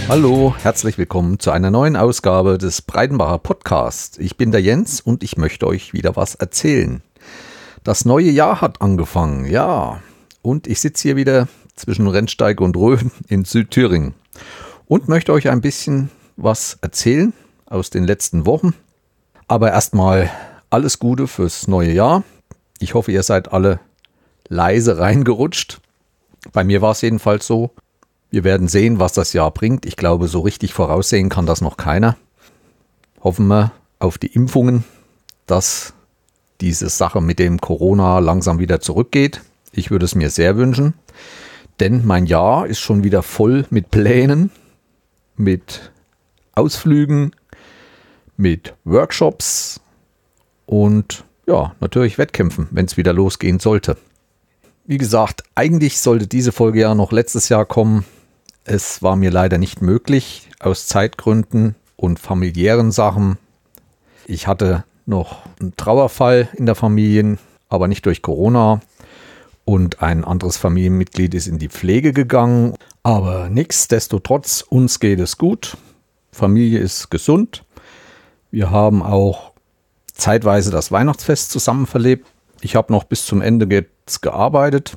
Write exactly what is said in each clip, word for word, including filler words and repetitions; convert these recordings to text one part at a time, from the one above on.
Hallo, herzlich willkommen zu einer neuen Ausgabe des Breitenbacher Podcasts. Ich bin der Jens und ich möchte euch wieder was erzählen. Das neue Jahr hat angefangen, ja. Und ich sitze hier wieder zwischen Rennsteig und Rhön in Südthüringen und möchte euch ein bisschen was erzählen aus den letzten Wochen. Aber erstmal alles Gute fürs neue Jahr. Ich hoffe, ihr seid alle leise reingerutscht. Bei mir war es jedenfalls so. Wir werden sehen, was das Jahr bringt. Ich glaube, so richtig voraussehen kann das noch keiner. Hoffen wir auf die Impfungen, dass diese Sache mit dem Corona langsam wieder zurückgeht. Ich würde es mir sehr wünschen, denn mein Jahr ist schon wieder voll mit Plänen, mit Ausflügen, mit Workshops und ja, natürlich Wettkämpfen, wenn es wieder losgehen sollte. Wie gesagt, eigentlich sollte diese Folge ja noch letztes Jahr kommen. Es war mir leider nicht möglich, aus Zeitgründen und familiären Sachen. Ich hatte noch einen Trauerfall in der Familie, aber nicht durch Corona. Und ein anderes Familienmitglied ist in die Pflege gegangen. Aber nichtsdestotrotz, uns geht es gut. Familie ist gesund. Wir haben auch zeitweise das Weihnachtsfest zusammen verlebt. Ich habe noch bis zum Ende jetzt gearbeitet.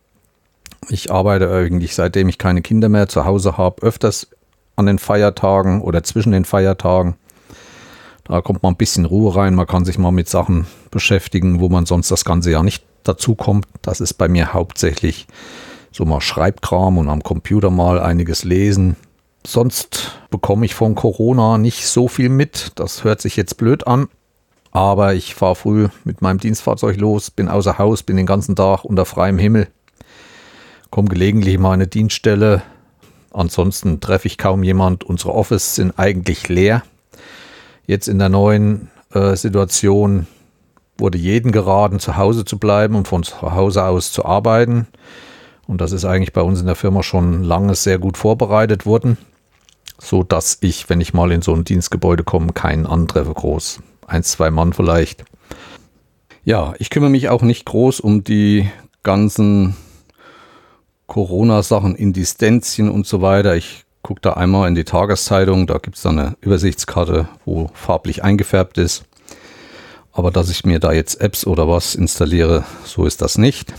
Ich arbeite eigentlich, seitdem ich keine Kinder mehr zu Hause habe, öfters an den Feiertagen oder zwischen den Feiertagen. Da kommt mal ein bisschen Ruhe rein. Man kann sich mal mit Sachen beschäftigen, wo man sonst das ganze Jahr nicht dazu kommt. Das ist bei mir hauptsächlich so mal Schreibkram und am Computer mal einiges lesen. Sonst bekomme ich von Corona nicht so viel mit. Das hört sich jetzt blöd an. Aber ich fahre früh mit meinem Dienstfahrzeug los, bin außer Haus, bin den ganzen Tag unter freiem Himmel. Komme gelegentlich mal an eine Dienststelle. Ansonsten treffe ich kaum jemand. Unsere Offices sind eigentlich leer. Jetzt in der neuen äh, Situation wurde jedem geraten, zu Hause zu bleiben und von zu Hause aus zu arbeiten. Und das ist eigentlich bei uns in der Firma schon lange sehr gut vorbereitet worden, so dass ich, wenn ich mal in so ein Dienstgebäude komme, keinen antreffe groß. Eins, zwei Mann vielleicht. Ja, ich kümmere mich auch nicht groß um die ganzen Corona-Sachen, Indizenzien und so weiter. Ich gucke da einmal in die Tageszeitung, da gibt es dann eine Übersichtskarte, wo farblich eingefärbt ist. Aber dass ich mir da jetzt Apps oder was installiere, so ist das nicht.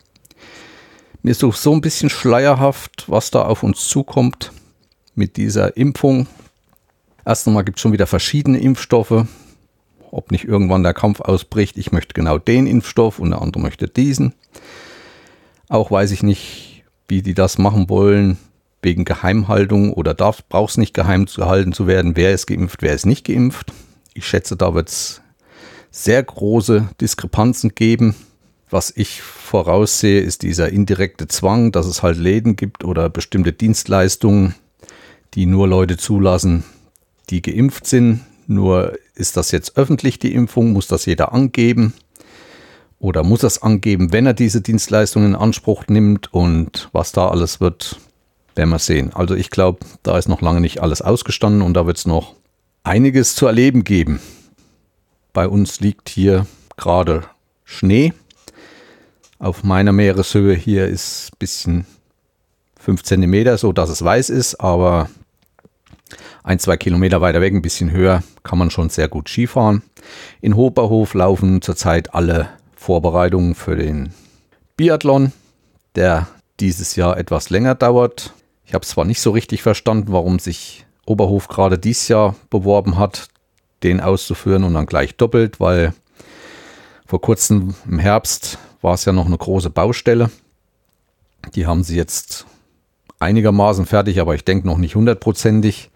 Mir ist so ein bisschen schleierhaft, was da auf uns zukommt mit dieser Impfung. Erst einmal gibt es schon wieder verschiedene Impfstoffe. Ob nicht irgendwann der Kampf ausbricht, ich möchte genau den Impfstoff und der andere möchte diesen. Auch weiß ich nicht, wie die das machen wollen, wegen Geheimhaltung oder braucht es nicht geheim gehalten zu werden, wer ist geimpft, wer ist nicht geimpft. Ich schätze, da wird es sehr große Diskrepanzen geben. Was ich voraussehe, ist dieser indirekte Zwang, dass es halt Läden gibt oder bestimmte Dienstleistungen, die nur Leute zulassen, die geimpft sind. Nur ist das jetzt öffentlich, die Impfung? Muss das jeder angeben? Oder muss er es angeben, wenn er diese Dienstleistungen in Anspruch nimmt? Und was da alles wird, werden wir sehen. Also ich glaube, da ist noch lange nicht alles ausgestanden und da wird es noch einiges zu erleben geben. Bei uns liegt hier gerade Schnee. Auf meiner Meereshöhe hier ist ein bisschen fünf Zentimeter, so dass es weiß ist, aber ein, zwei Kilometer weiter weg, ein bisschen höher, kann man schon sehr gut Skifahren. In Hoberhof laufen zurzeit alle Vorbereitungen für den Biathlon, der dieses Jahr etwas länger dauert. Ich habe zwar nicht so richtig verstanden, warum sich Oberhof gerade dieses Jahr beworben hat, den auszuführen und dann gleich doppelt, weil vor kurzem im Herbst war es ja noch eine große Baustelle. Die haben sie jetzt einigermaßen fertig, aber ich denke noch nicht hundertprozentig.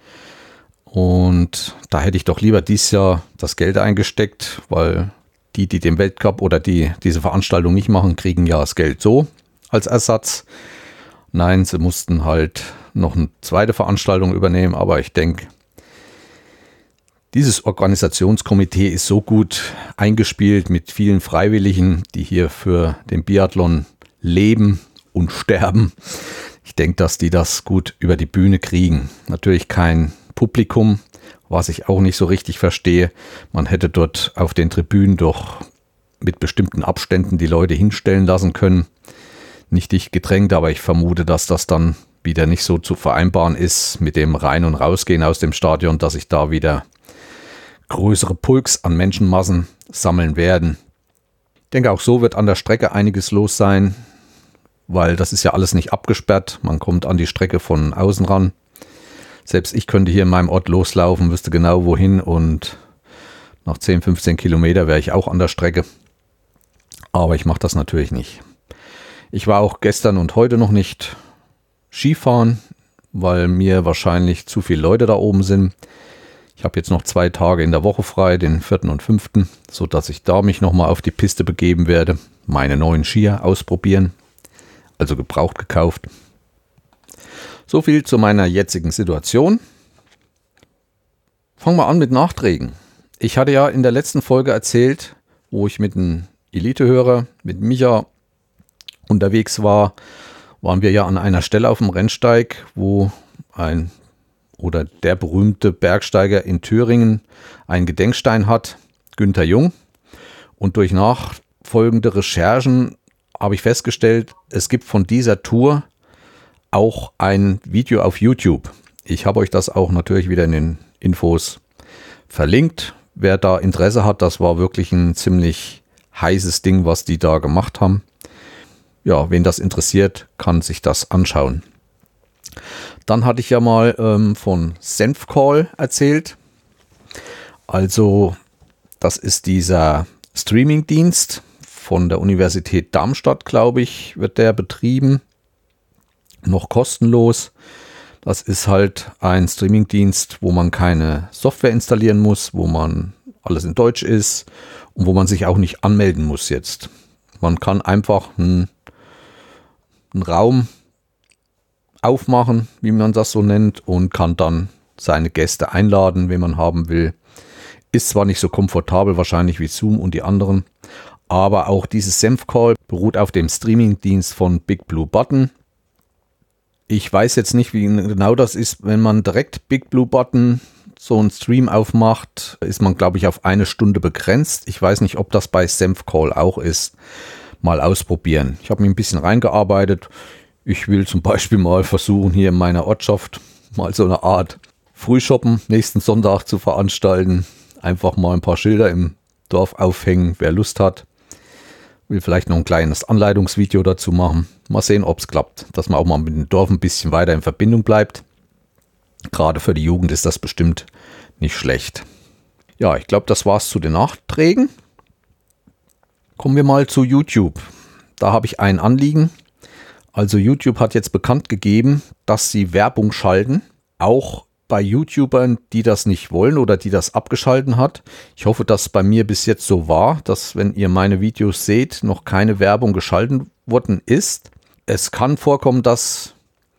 Und da hätte ich doch lieber dieses Jahr das Geld eingesteckt, weil die, die den Weltcup oder die diese Veranstaltung nicht machen, kriegen ja das Geld so als Ersatz. Nein, sie mussten halt noch eine zweite Veranstaltung übernehmen, aber ich denke, dieses Organisationskomitee ist so gut eingespielt mit vielen Freiwilligen, die hier für den Biathlon leben und sterben. Ich denke, dass die das gut über die Bühne kriegen. Natürlich kein Publikum, was ich auch nicht so richtig verstehe. Man hätte dort auf den Tribünen doch mit bestimmten Abständen die Leute hinstellen lassen können. Nicht dicht gedrängt, aber ich vermute, dass das dann wieder nicht so zu vereinbaren ist mit dem Rein- und Rausgehen aus dem Stadion, dass sich da wieder größere Pulks an Menschenmassen sammeln werden. Ich denke, auch so wird an der Strecke einiges los sein, weil das ist ja alles nicht abgesperrt. Man kommt an die Strecke von außen ran. Selbst ich könnte hier in meinem Ort loslaufen, wüsste genau wohin und nach zehn, fünfzehn Kilometer wäre ich auch an der Strecke. Aber ich mache das natürlich nicht. Ich war auch gestern und heute noch nicht Skifahren, weil mir wahrscheinlich zu viele Leute da oben sind. Ich habe jetzt noch zwei Tage in der Woche frei, den vierten und fünften, sodass ich da mich nochmal auf die Piste begeben werde, meine neuen Skier ausprobieren, also gebraucht gekauft. So viel zu meiner jetzigen Situation. Fangen wir an mit Nachträgen. Ich hatte ja in der letzten Folge erzählt, wo ich mit einem Elite-Hörer, mit Micha unterwegs war, waren wir ja an einer Stelle auf dem Rennsteig, wo ein oder der berühmte Bergsteiger in Thüringen einen Gedenkstein hat, Günther Jung. Und durch nachfolgende Recherchen habe ich festgestellt, es gibt von dieser Tour auch ein Video auf YouTube. Ich habe euch das auch natürlich wieder in den Infos verlinkt. Wer da Interesse hat, das war wirklich ein ziemlich heißes Ding, was die da gemacht haben. Ja, wen das interessiert, kann sich das anschauen. Dann hatte ich ja mal ähm, von Senfcall erzählt. Also das ist dieser Streamingdienst von der Universität Darmstadt, glaube ich, wird der betrieben. Noch kostenlos. Das ist halt ein Streamingdienst, wo man keine Software installieren muss, wo man alles in Deutsch ist und wo man sich auch nicht anmelden muss jetzt. Man kann einfach einen, einen Raum aufmachen, wie man das so nennt, und kann dann seine Gäste einladen, wen man haben will. Ist zwar nicht so komfortabel wahrscheinlich wie Zoom und die anderen, aber auch dieses Senfcall beruht auf dem Streamingdienst von Big Blue Button. Ich weiß jetzt nicht, wie genau das ist, wenn man direkt Big Blue Button so einen Stream aufmacht, ist man, glaube ich, auf eine Stunde begrenzt. Ich weiß nicht, ob das bei Senfcall auch ist. Mal ausprobieren. Ich habe mich ein bisschen reingearbeitet. Ich will zum Beispiel mal versuchen, hier in meiner Ortschaft mal so eine Art Frühshoppen nächsten Sonntag zu veranstalten. Einfach mal ein paar Schilder im Dorf aufhängen, wer Lust hat. Will vielleicht noch ein kleines Anleitungsvideo dazu machen. Mal sehen, ob es klappt, dass man auch mal mit dem Dorf ein bisschen weiter in Verbindung bleibt. Gerade für die Jugend ist das bestimmt nicht schlecht. Ja, ich glaube, das war's zu den Nachträgen. Kommen wir mal zu YouTube. Da habe ich ein Anliegen. Also YouTube hat jetzt bekannt gegeben, dass sie Werbung schalten, auch bei YouTubern, die das nicht wollen oder die das abgeschalten hat. Ich hoffe, dass bei mir bis jetzt so war, dass, wenn ihr meine Videos seht, noch keine Werbung geschalten worden ist. Es kann vorkommen, dass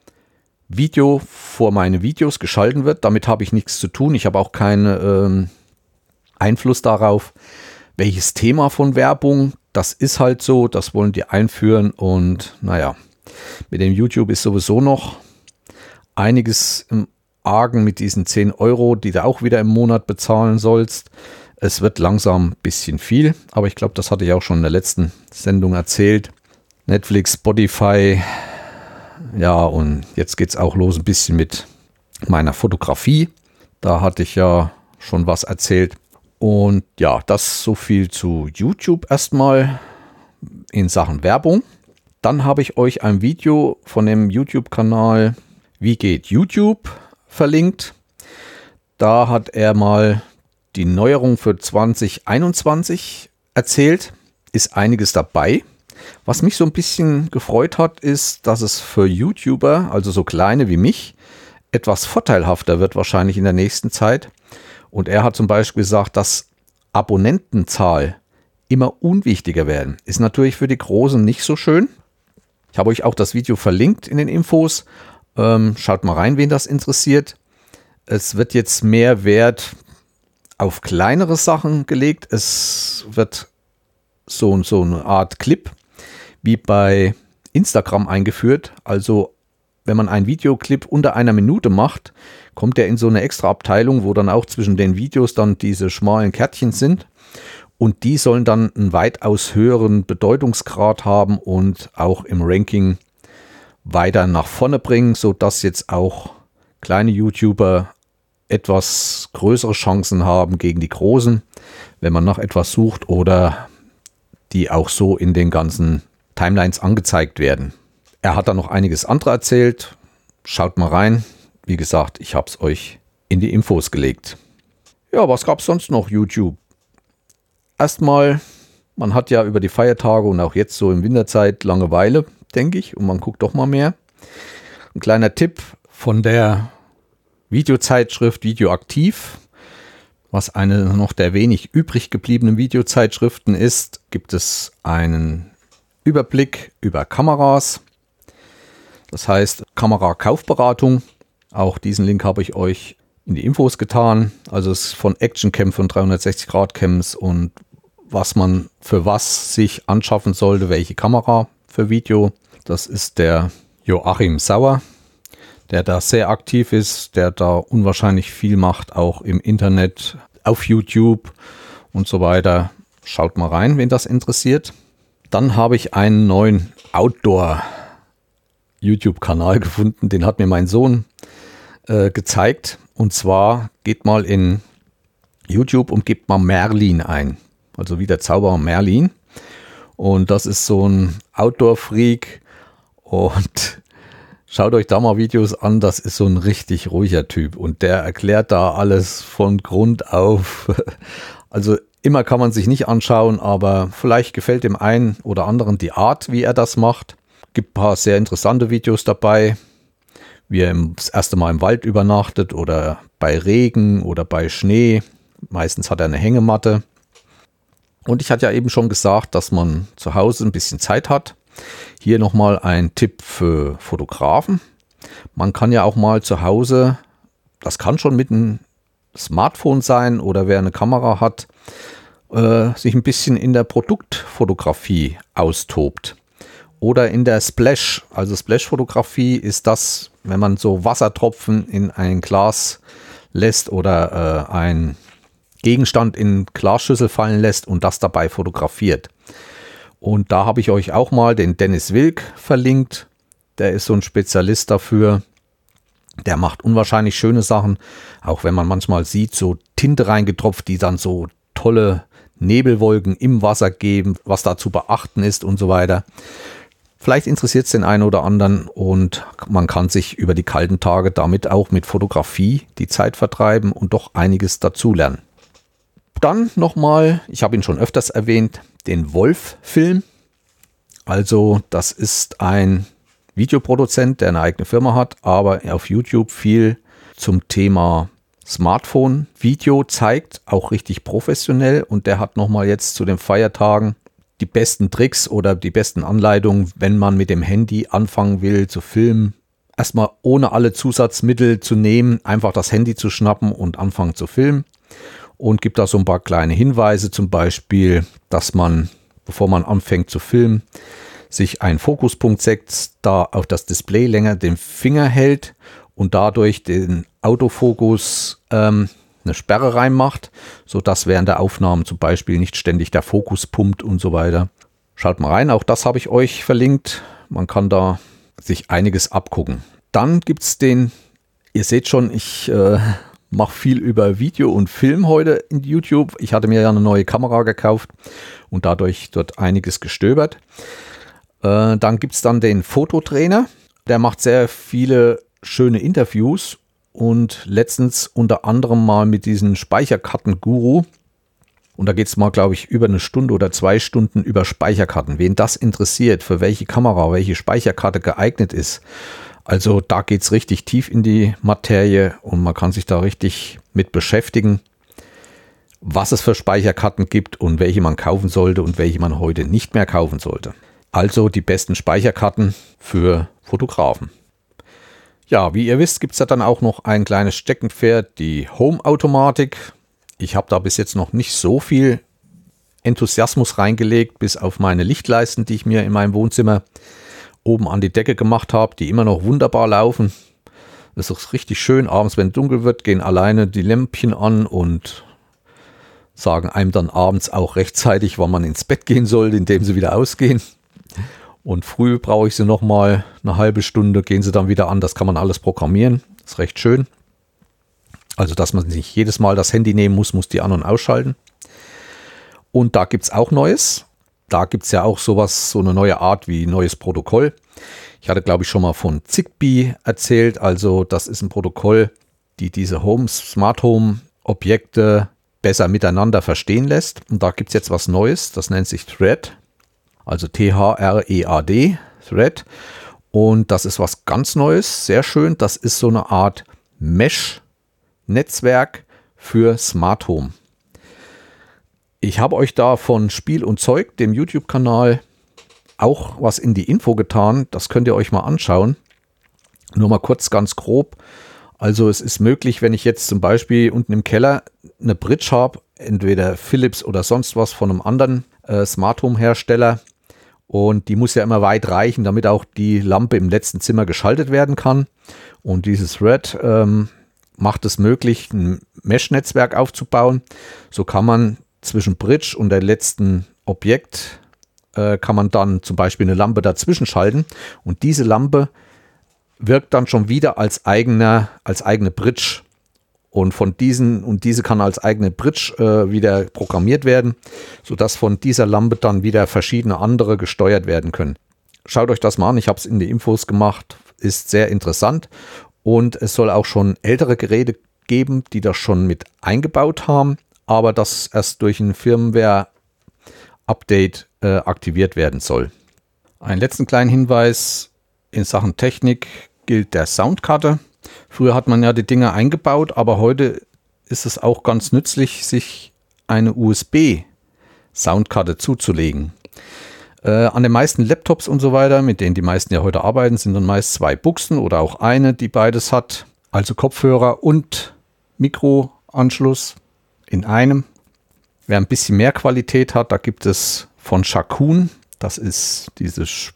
Video vor meine Videos geschalten wird. Damit habe ich nichts zu tun. Ich habe auch keinen ähm, Einfluss darauf, welches Thema von Werbung. Das ist halt so, das wollen die einführen und naja. Mit dem YouTube ist sowieso noch einiges im Argen mit diesen zehn Euro, die du auch wieder im Monat bezahlen sollst. Es wird langsam ein bisschen viel, aber ich glaube, das hatte ich auch schon in der letzten Sendung erzählt. Netflix, Spotify, ja, und jetzt geht es auch los ein bisschen mit meiner Fotografie. Da hatte ich ja schon was erzählt. Und ja, das so viel zu YouTube erstmal in Sachen Werbung. Dann habe ich euch ein Video von dem YouTube-Kanal Wie geht YouTube verlinkt. Da hat er mal die Neuerung für zwanzig einundzwanzig erzählt. Ist einiges dabei. Was mich so ein bisschen gefreut hat, ist, dass es für YouTuber, also so kleine wie mich, etwas vorteilhafter wird wahrscheinlich in der nächsten Zeit. Und er hat zum Beispiel gesagt, dass Abonnentenzahl immer unwichtiger werden. Ist natürlich für die Großen nicht so schön. Ich habe euch auch das Video verlinkt in den Infos. Ähm, schaut mal rein, wen das interessiert. Es wird jetzt mehr Wert auf kleinere Sachen gelegt. Es wird so, so eine Art Clip wie bei Instagram eingeführt. Also wenn man einen Videoclip unter einer Minute macht, kommt er in so eine extra Abteilung, wo dann auch zwischen den Videos dann diese schmalen Kärtchen sind. Und die sollen dann einen weitaus höheren Bedeutungsgrad haben und auch im Ranking weiter nach vorne bringen, sodass jetzt auch kleine YouTuber etwas größere Chancen haben gegen die großen, wenn man nach etwas sucht oder die auch so in den ganzen Timelines angezeigt werden. Er hat da noch einiges andere erzählt. Schaut mal rein. Wie gesagt, ich habe es euch in die Infos gelegt. Ja, was gab es sonst noch YouTube? Erstmal, man hat ja über die Feiertage und auch jetzt so in Winterzeit Langeweile, denke ich, und man guckt doch mal mehr. Ein kleiner Tipp von der Videozeitschrift Videoaktiv, was eine noch der wenig übrig gebliebenen Videozeitschriften ist, gibt es einen Überblick über Kameras. Das heißt Kamerakaufberatung. Auch diesen Link habe ich euch in die Infos getan. Also es ist von Actioncam, von dreihundertsechzig Grad Cams und was man für was sich anschaffen sollte, welche Kamera für Video. Das ist der Joachim Sauer, der da sehr aktiv ist, der da unwahrscheinlich viel macht, auch im Internet, auf YouTube und so weiter. Schaut mal rein, wen das interessiert. Dann habe ich einen neuen Outdoor-YouTube-Kanal gefunden, den hat mir mein Sohn äh, gezeigt. Und zwar geht mal in YouTube und gebt mal Merlin ein, also wie der Zauberer Merlin. Und das ist so ein Outdoor-Freak und schaut euch da mal Videos an, das ist so ein richtig ruhiger Typ und der erklärt da alles von Grund auf. Also immer kann man sich nicht anschauen, aber vielleicht gefällt dem einen oder anderen die Art, wie er das macht. Gibt ein paar sehr interessante Videos dabei, wie er das erste Mal im Wald übernachtet oder bei Regen oder bei Schnee. Meistens hat er eine Hängematte. Und ich hatte ja eben schon gesagt, dass man zu Hause ein bisschen Zeit hat. Hier nochmal ein Tipp für Fotografen. Man kann ja auch mal zu Hause, das kann schon mit einem Smartphone sein oder wer eine Kamera hat, äh, sich ein bisschen in der Produktfotografie austobt. Oder in der Splash. Also Splash-Fotografie ist das, wenn man so Wassertropfen in ein Glas lässt oder äh, ein Gegenstand in Glasschüssel fallen lässt und das dabei fotografiert. Und da habe ich euch auch mal den Dennis Wilk verlinkt. Der ist so ein Spezialist dafür. Der macht unwahrscheinlich schöne Sachen. Auch wenn man manchmal sieht, so Tinte reingetropft, die dann so tolle Nebelwolken im Wasser geben, was da zu beachten ist und so weiter. Vielleicht interessiert es den einen oder anderen und man kann sich über die kalten Tage damit auch mit Fotografie die Zeit vertreiben und doch einiges dazulernen. Dann nochmal, ich habe ihn schon öfters erwähnt, den Wolf-Film. Also das ist ein Videoproduzent, der eine eigene Firma hat, aber auf YouTube viel zum Thema Smartphone-Video zeigt, auch richtig professionell. Und der hat nochmal jetzt zu den Feiertagen die besten Tricks oder die besten Anleitungen, wenn man mit dem Handy anfangen will zu filmen. Erstmal ohne alle Zusatzmittel zu nehmen, einfach das Handy zu schnappen und anfangen zu filmen. Und gibt da so ein paar kleine Hinweise, zum Beispiel, dass man, bevor man anfängt zu filmen, sich einen Fokuspunkt setzt, da auf das Display länger den Finger hält und dadurch den Autofokus ähm, eine Sperre reinmacht, sodass während der Aufnahmen zum Beispiel nicht ständig der Fokus pumpt und so weiter. Schaut mal rein, auch das habe ich euch verlinkt. Man kann da sich einiges abgucken. Dann gibt es den, ihr seht schon, ich äh, mache viel über Video und Film heute in YouTube. Ich hatte mir ja eine neue Kamera gekauft und dadurch dort einiges gestöbert. Äh, dann gibt es dann den Fototrainer. Der macht sehr viele schöne Interviews und letztens unter anderem mal mit diesem Speicherkarten-Guru. Und da geht es mal, glaube ich, über eine Stunde oder zwei Stunden über Speicherkarten. Wen das interessiert, für welche Kamera, welche Speicherkarte geeignet ist. Also da geht es richtig tief in die Materie und man kann sich da richtig mit beschäftigen, was es für Speicherkarten gibt und welche man kaufen sollte und welche man heute nicht mehr kaufen sollte. Also die besten Speicherkarten für Fotografen. Ja, wie ihr wisst, gibt es ja dann auch noch ein kleines Steckenpferd, die Home-Automatik. Ich habe da bis jetzt noch nicht so viel Enthusiasmus reingelegt, bis auf meine Lichtleisten, die ich mir in meinem Wohnzimmer oben an die Decke gemacht habe, die immer noch wunderbar laufen. Das ist richtig schön. Abends, wenn es dunkel wird, gehen alleine die Lämpchen an und sagen einem dann abends auch rechtzeitig, wann man ins Bett gehen soll, indem sie wieder ausgehen. Und früh brauche ich sie nochmal eine halbe Stunde, gehen sie dann wieder an. Das kann man alles programmieren. Ist recht schön. Also, dass man nicht jedes Mal das Handy nehmen muss, muss die an- und ausschalten. Und da gibt es auch Neues. Da gibt es ja auch sowas, so eine neue Art wie neues Protokoll. Ich hatte, glaube ich, schon mal von Zigbee erzählt. Also das ist ein Protokoll, die diese Home, Smart Home Objekte besser miteinander verstehen lässt. Und da gibt es jetzt was Neues. Das nennt sich Thread. Also T H R E A D, Thread. Und das ist was ganz Neues. Sehr schön. Das ist so eine Art Mesh-Netzwerk für Smart Home. Ich habe euch da von Spiel und Zeug, dem YouTube-Kanal, auch was in die Info getan. Das könnt ihr euch mal anschauen. Nur mal kurz ganz grob. Also es ist möglich, wenn ich jetzt zum Beispiel unten im Keller eine Bridge habe, entweder Philips oder sonst was von einem anderen äh, Smart Home Hersteller. Und die muss ja immer weit reichen, damit auch die Lampe im letzten Zimmer geschaltet werden kann. Und dieses Thread ähm, macht es möglich, ein Mesh-Netzwerk aufzubauen. So kann man zwischen Bridge und der letzten Objekt äh, kann man dann zum Beispiel eine Lampe dazwischen schalten und diese Lampe wirkt dann schon wieder als eigener, als eigene Bridge und von diesen und diese kann als eigene Bridge äh, wieder programmiert werden, sodass von dieser Lampe dann wieder verschiedene andere gesteuert werden können. Schaut euch das mal an, ich habe es in die Infos gemacht, ist sehr interessant und es soll auch schon ältere Geräte geben, die das schon mit eingebaut haben, aber das erst durch ein Firmware-Update äh, aktiviert werden soll. Einen letzten kleinen Hinweis in Sachen Technik gilt der Soundkarte. Früher hat man ja die Dinger eingebaut, aber heute ist es auch ganz nützlich, sich eine U S B-Soundkarte zuzulegen. Äh, an den meisten Laptops und so weiter, mit denen die meisten ja heute arbeiten, sind dann meist zwei Buchsen oder auch eine, die beides hat. Also Kopfhörer und Mikroanschluss in einem. Wer ein bisschen mehr Qualität hat, da gibt es von Shakun, das ist dieses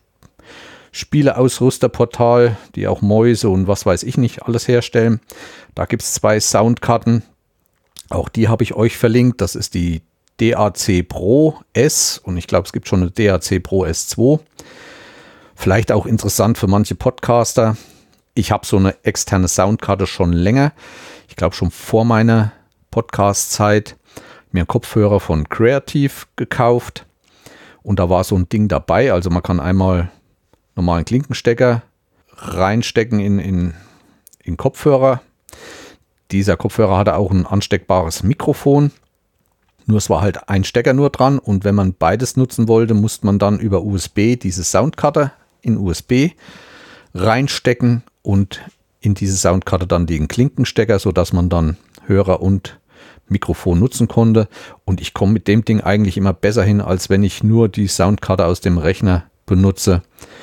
Spieleausrüsterportal, die auch Mäuse und was weiß ich nicht alles herstellen. Da gibt es zwei Soundkarten, auch die habe ich euch verlinkt. Das ist die D A C Pro S und ich glaube es gibt schon eine D A C Pro S zwei. Vielleicht auch interessant für manche Podcaster. Ich habe so eine externe Soundkarte schon länger. Ich glaube schon vor meiner Podcast-Zeit mir einen Kopfhörer von Creative gekauft und da war so ein Ding dabei, also man kann einmal normalen Klinkenstecker reinstecken in, in, in Kopfhörer. Dieser Kopfhörer hatte auch ein ansteckbares Mikrofon, nur es war halt ein Stecker nur dran und wenn man beides nutzen wollte, musste man dann über U S B diese Soundkarte in U S B reinstecken und in diese Soundkarte dann den Klinkenstecker, sodass man dann Hörer und Mikrofon nutzen konnte und ich komme mit dem Ding eigentlich immer besser hin, als wenn ich nur die Soundkarte aus dem Rechner benutze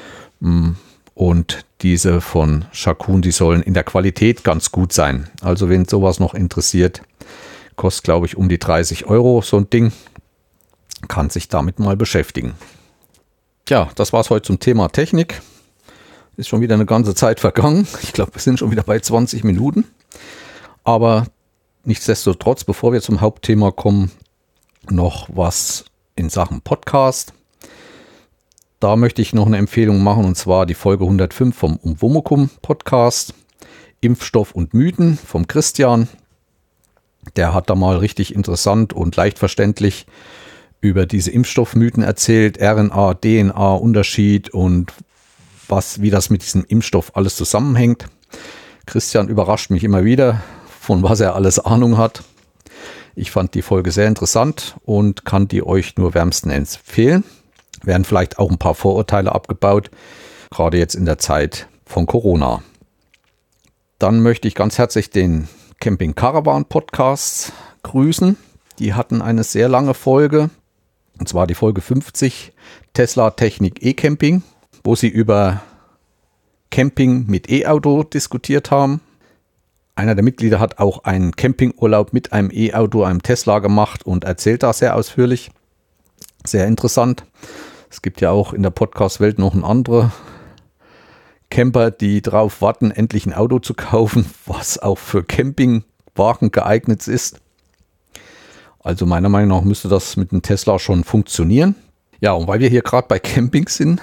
und diese von Shakun, die sollen in der Qualität ganz gut sein. Also wenn sowas noch interessiert, kostet glaube ich um die dreißig Euro so ein Ding, kann sich damit mal beschäftigen. Ja, das war es heute zum Thema Technik. Ist schon wieder eine ganze Zeit vergangen. Ich glaube, wir sind schon wieder bei zwanzig Minuten, aber nichtsdestotrotz, bevor wir zum Hauptthema kommen, noch was in Sachen Podcast. Da möchte ich noch eine Empfehlung machen und zwar die Folge hundertfünf vom Umwomukum Podcast, Impfstoff und Mythen vom Christian. Der hat da mal richtig interessant und leicht verständlich über diese Impfstoffmythen erzählt, R N A, D N A, Unterschied und was, wie das mit diesem Impfstoff alles zusammenhängt. Christian überrascht mich immer wieder, von was er alles Ahnung hat. Ich fand die Folge sehr interessant und kann die euch nur wärmstens empfehlen. Werden vielleicht auch ein paar Vorurteile abgebaut, gerade jetzt in der Zeit von Corona. Dann möchte ich ganz herzlich den Camping Caravan Podcast grüßen. Die hatten eine sehr lange Folge, und zwar die Folge fünfzig, Tesla Technik E-Camping, wo sie über Camping mit E-Auto diskutiert haben. Einer der Mitglieder hat auch einen Campingurlaub mit einem E-Auto, einem Tesla gemacht und erzählt da sehr ausführlich. Sehr interessant. Es gibt ja auch in der Podcast-Welt noch ein andere Camper, die darauf warten, endlich ein Auto zu kaufen, was auch für Campingwagen geeignet ist. Also meiner Meinung nach müsste das mit dem Tesla schon funktionieren. Ja, und weil wir hier gerade bei Camping sind,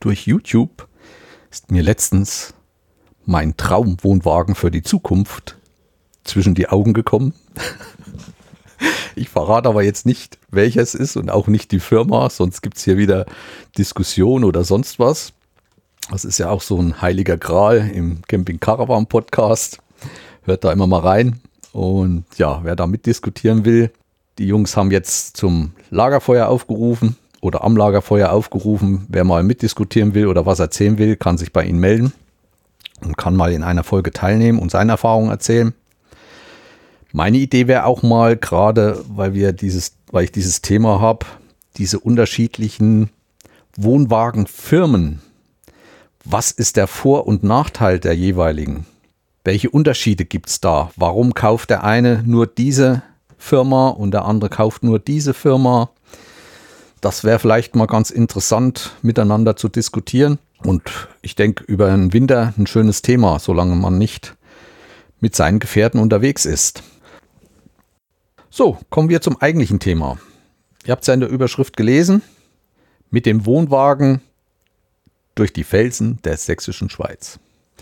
durch YouTube ist mir letztens mein Traumwohnwagen für die Zukunft zwischen die Augen gekommen. Ich verrate aber jetzt nicht, welcher es ist und auch nicht die Firma, sonst gibt es hier wieder Diskussion oder sonst was. Das ist ja auch so ein heiliger Gral im Camping Caravan Podcast. Hört da immer mal rein. Und ja, wer da mitdiskutieren will, die Jungs haben jetzt zum Lagerfeuer aufgerufen oder am Lagerfeuer aufgerufen. Wer mal mitdiskutieren will oder was erzählen will, kann sich bei ihnen melden und kann mal in einer Folge teilnehmen und seine Erfahrungen erzählen. Meine Idee wäre auch mal, gerade weil wir dieses, weil ich dieses Thema habe, diese unterschiedlichen Wohnwagenfirmen. Was ist der Vor- und Nachteil der jeweiligen? Welche Unterschiede gibt es da? Warum kauft der eine nur diese Firma und der andere kauft nur diese Firma? Das wäre vielleicht mal ganz interessant, miteinander zu diskutieren. Und ich denke, über den Winter ein schönes Thema, solange man nicht mit seinen Gefährten unterwegs ist. So, kommen wir zum eigentlichen Thema. Ihr habt es ja in der Überschrift gelesen. Mit dem Wohnwagen durch die Felsen der sächsischen Schweiz.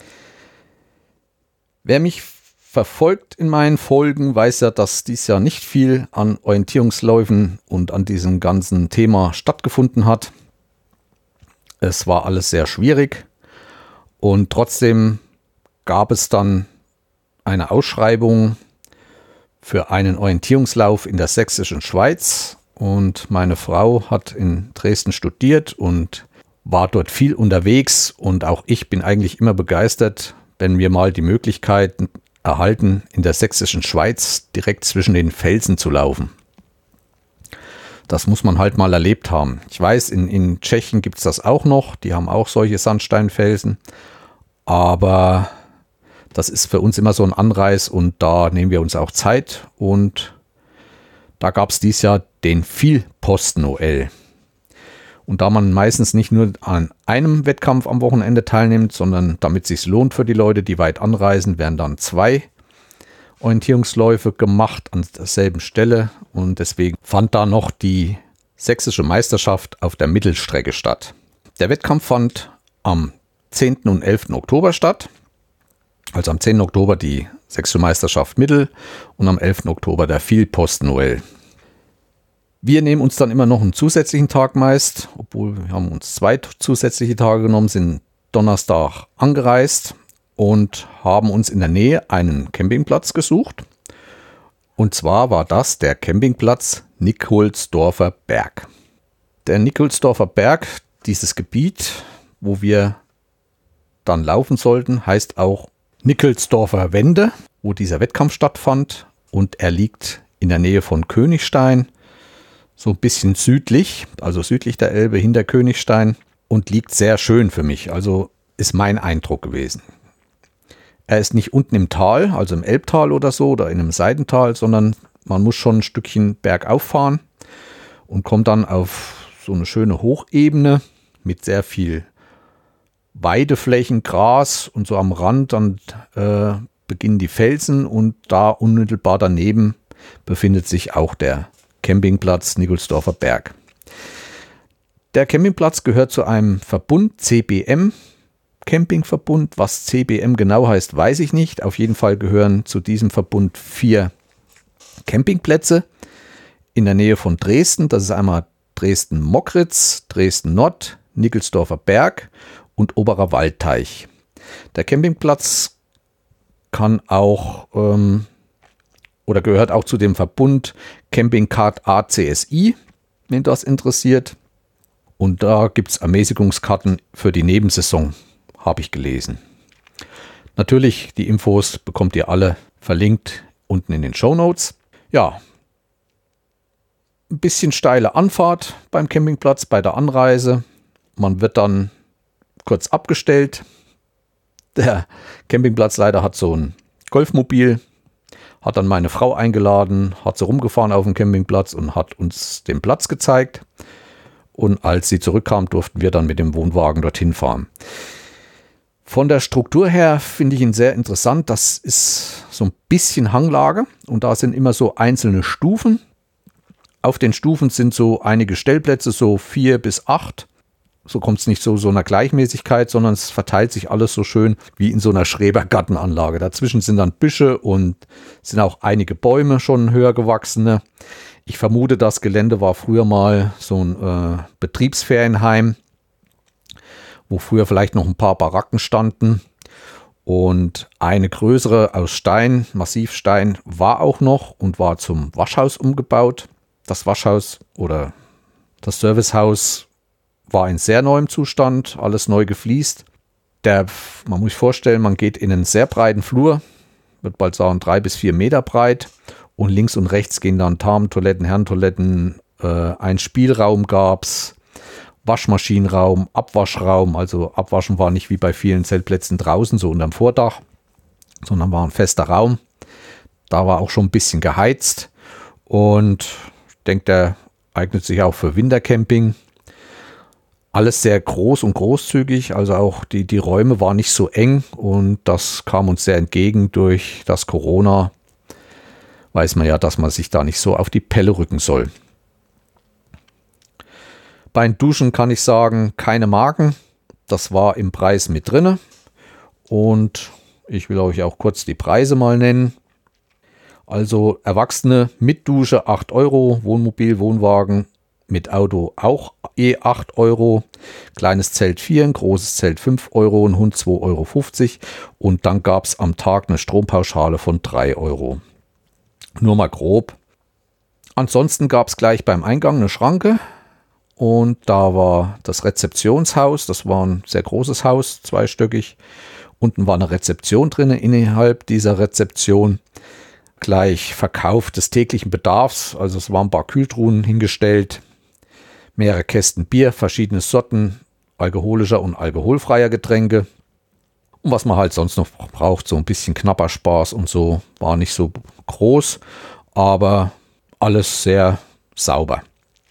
Wer mich verfolgt in meinen Folgen, weiß ja, dass dies Jahr nicht viel an Orientierungsläufen und an diesem ganzen Thema stattgefunden hat. Es war alles sehr schwierig und trotzdem gab es dann eine Ausschreibung für einen Orientierungslauf in der sächsischen Schweiz und meine Frau hat in Dresden studiert und war dort viel unterwegs und auch ich bin eigentlich immer begeistert, wenn wir mal die Möglichkeit erhalten, in der sächsischen Schweiz direkt zwischen den Felsen zu laufen. Das muss man halt mal erlebt haben. Ich weiß, in, in Tschechien gibt es das auch noch, die haben auch solche Sandsteinfelsen, aber das ist für uns immer so ein Anreiz und da nehmen wir uns auch Zeit und da gab es dieses Jahr den Vielposten-O L. Und da man meistens nicht nur an einem Wettkampf am Wochenende teilnimmt, sondern damit es sich lohnt für die Leute, die weit anreisen, werden dann zwei Orientierungsläufe gemacht an derselben Stelle. Und deswegen fand da noch die sächsische Meisterschaft auf der Mittelstrecke statt. Der Wettkampf fand am zehnten und elften Oktober statt. Also am zehnten Oktober die sächsische Meisterschaft Mittel und am elften Oktober der Vielposten-O L. Wir nehmen uns dann immer noch einen zusätzlichen Tag meist, obwohl wir haben uns zwei zusätzliche Tage genommen, sind Donnerstag angereist und haben uns in der Nähe einen Campingplatz gesucht. Und zwar war das der Campingplatz Nikolsdorfer Berg. Der Nikolsdorfer Berg, dieses Gebiet, wo wir dann laufen sollten, heißt auch Nikolsdorfer Wende, wo dieser Wettkampf stattfand. Und er liegt in der Nähe von Königstein, so ein bisschen südlich, also südlich der Elbe hinter Königstein und liegt sehr schön für mich. Also ist mein Eindruck gewesen. Er ist nicht unten im Tal, also im Elbtal oder so oder in einem Seitental, sondern man muss schon ein Stückchen bergauf fahren und kommt dann auf so eine schöne Hochebene mit sehr viel Weideflächen, Gras und so am Rand. Dann äh, beginnen die Felsen und da unmittelbar daneben befindet sich auch der Campingplatz Nikolsdorfer Berg. Der Campingplatz gehört zu einem Verbund, C B M Campingverbund. Was C B M genau heißt, weiß ich nicht. Auf jeden Fall gehören zu diesem Verbund vier Campingplätze in der Nähe von Dresden. Das ist einmal Dresden-Mockritz, Dresden-Nord, Nikolsdorfer Berg und Oberer Waldteich. Der Campingplatz kann auch ähm, oder gehört auch zu dem Verbund Campingcard A C S I, wenn das interessiert. Und da gibt es Ermäßigungskarten für die Nebensaison, habe ich gelesen. Natürlich, die Infos bekommt ihr alle verlinkt unten in den Shownotes. Ja, ein bisschen steile Anfahrt beim Campingplatz bei der Anreise. Man wird dann kurz abgestellt. Der Campingplatzleiter hat so ein Golfmobil, hat dann meine Frau eingeladen, hat sie rumgefahren auf dem Campingplatz und hat uns den Platz gezeigt. Und als sie zurückkam, durften wir dann mit dem Wohnwagen dorthin fahren. Von der Struktur her finde ich ihn sehr interessant. Das ist so ein bisschen Hanglage und da sind immer so einzelne Stufen. Auf den Stufen sind so einige Stellplätze, so vier bis acht. So kommt es nicht zu so einer Gleichmäßigkeit, sondern es verteilt sich alles so schön wie in so einer Schrebergartenanlage. Dazwischen sind dann Büsche und sind auch einige Bäume, schon höher gewachsene. Ich vermute, das Gelände war früher mal so ein äh, Betriebsferienheim, wo früher vielleicht noch ein paar Baracken standen. Und eine größere aus Stein, Massivstein, war auch noch und war zum Waschhaus umgebaut. Das Waschhaus oder das Servicehaus war in sehr neuem Zustand, alles neu gefliest. Der, man muss sich vorstellen, man geht in einen sehr breiten Flur, wird bald sagen drei bis vier Meter breit. Und links und rechts gehen dann Damentoiletten, Herrentoiletten, äh, ein Spielraum gab es, Waschmaschinenraum, Abwaschraum. Also Abwaschen war nicht wie bei vielen Zeltplätzen draußen, so unterm Vordach, sondern war ein fester Raum. Da war auch schon ein bisschen geheizt. Und ich denke, der eignet sich auch für Wintercamping. Alles sehr groß und großzügig, also auch die, die Räume waren nicht so eng und das kam uns sehr entgegen. Durch das Corona weiß man ja, dass man sich da nicht so auf die Pelle rücken soll. Bei den Duschen kann ich sagen, keine Marken, das war im Preis mit drinne und ich will euch auch kurz die Preise mal nennen. Also Erwachsene mit Dusche acht Euro, Wohnmobil, Wohnwagen mit Auto auch je acht Euro, kleines Zelt vier, ein großes Zelt fünf Euro, ein Hund zwei Euro fünfzig und dann gab es am Tag eine Strompauschale von drei Euro. Nur mal grob. Ansonsten gab es gleich beim Eingang eine Schranke und da war das Rezeptionshaus, das war ein sehr großes Haus, zweistöckig. Unten war eine Rezeption drin, innerhalb dieser Rezeption gleich Verkauf des täglichen Bedarfs, also es waren ein paar Kühltruhen hingestellt, mehrere Kästen Bier, verschiedene Sorten alkoholischer und alkoholfreier Getränke. Und was man halt sonst noch braucht, so ein bisschen Knapperspaß und so, war nicht so groß, aber alles sehr sauber.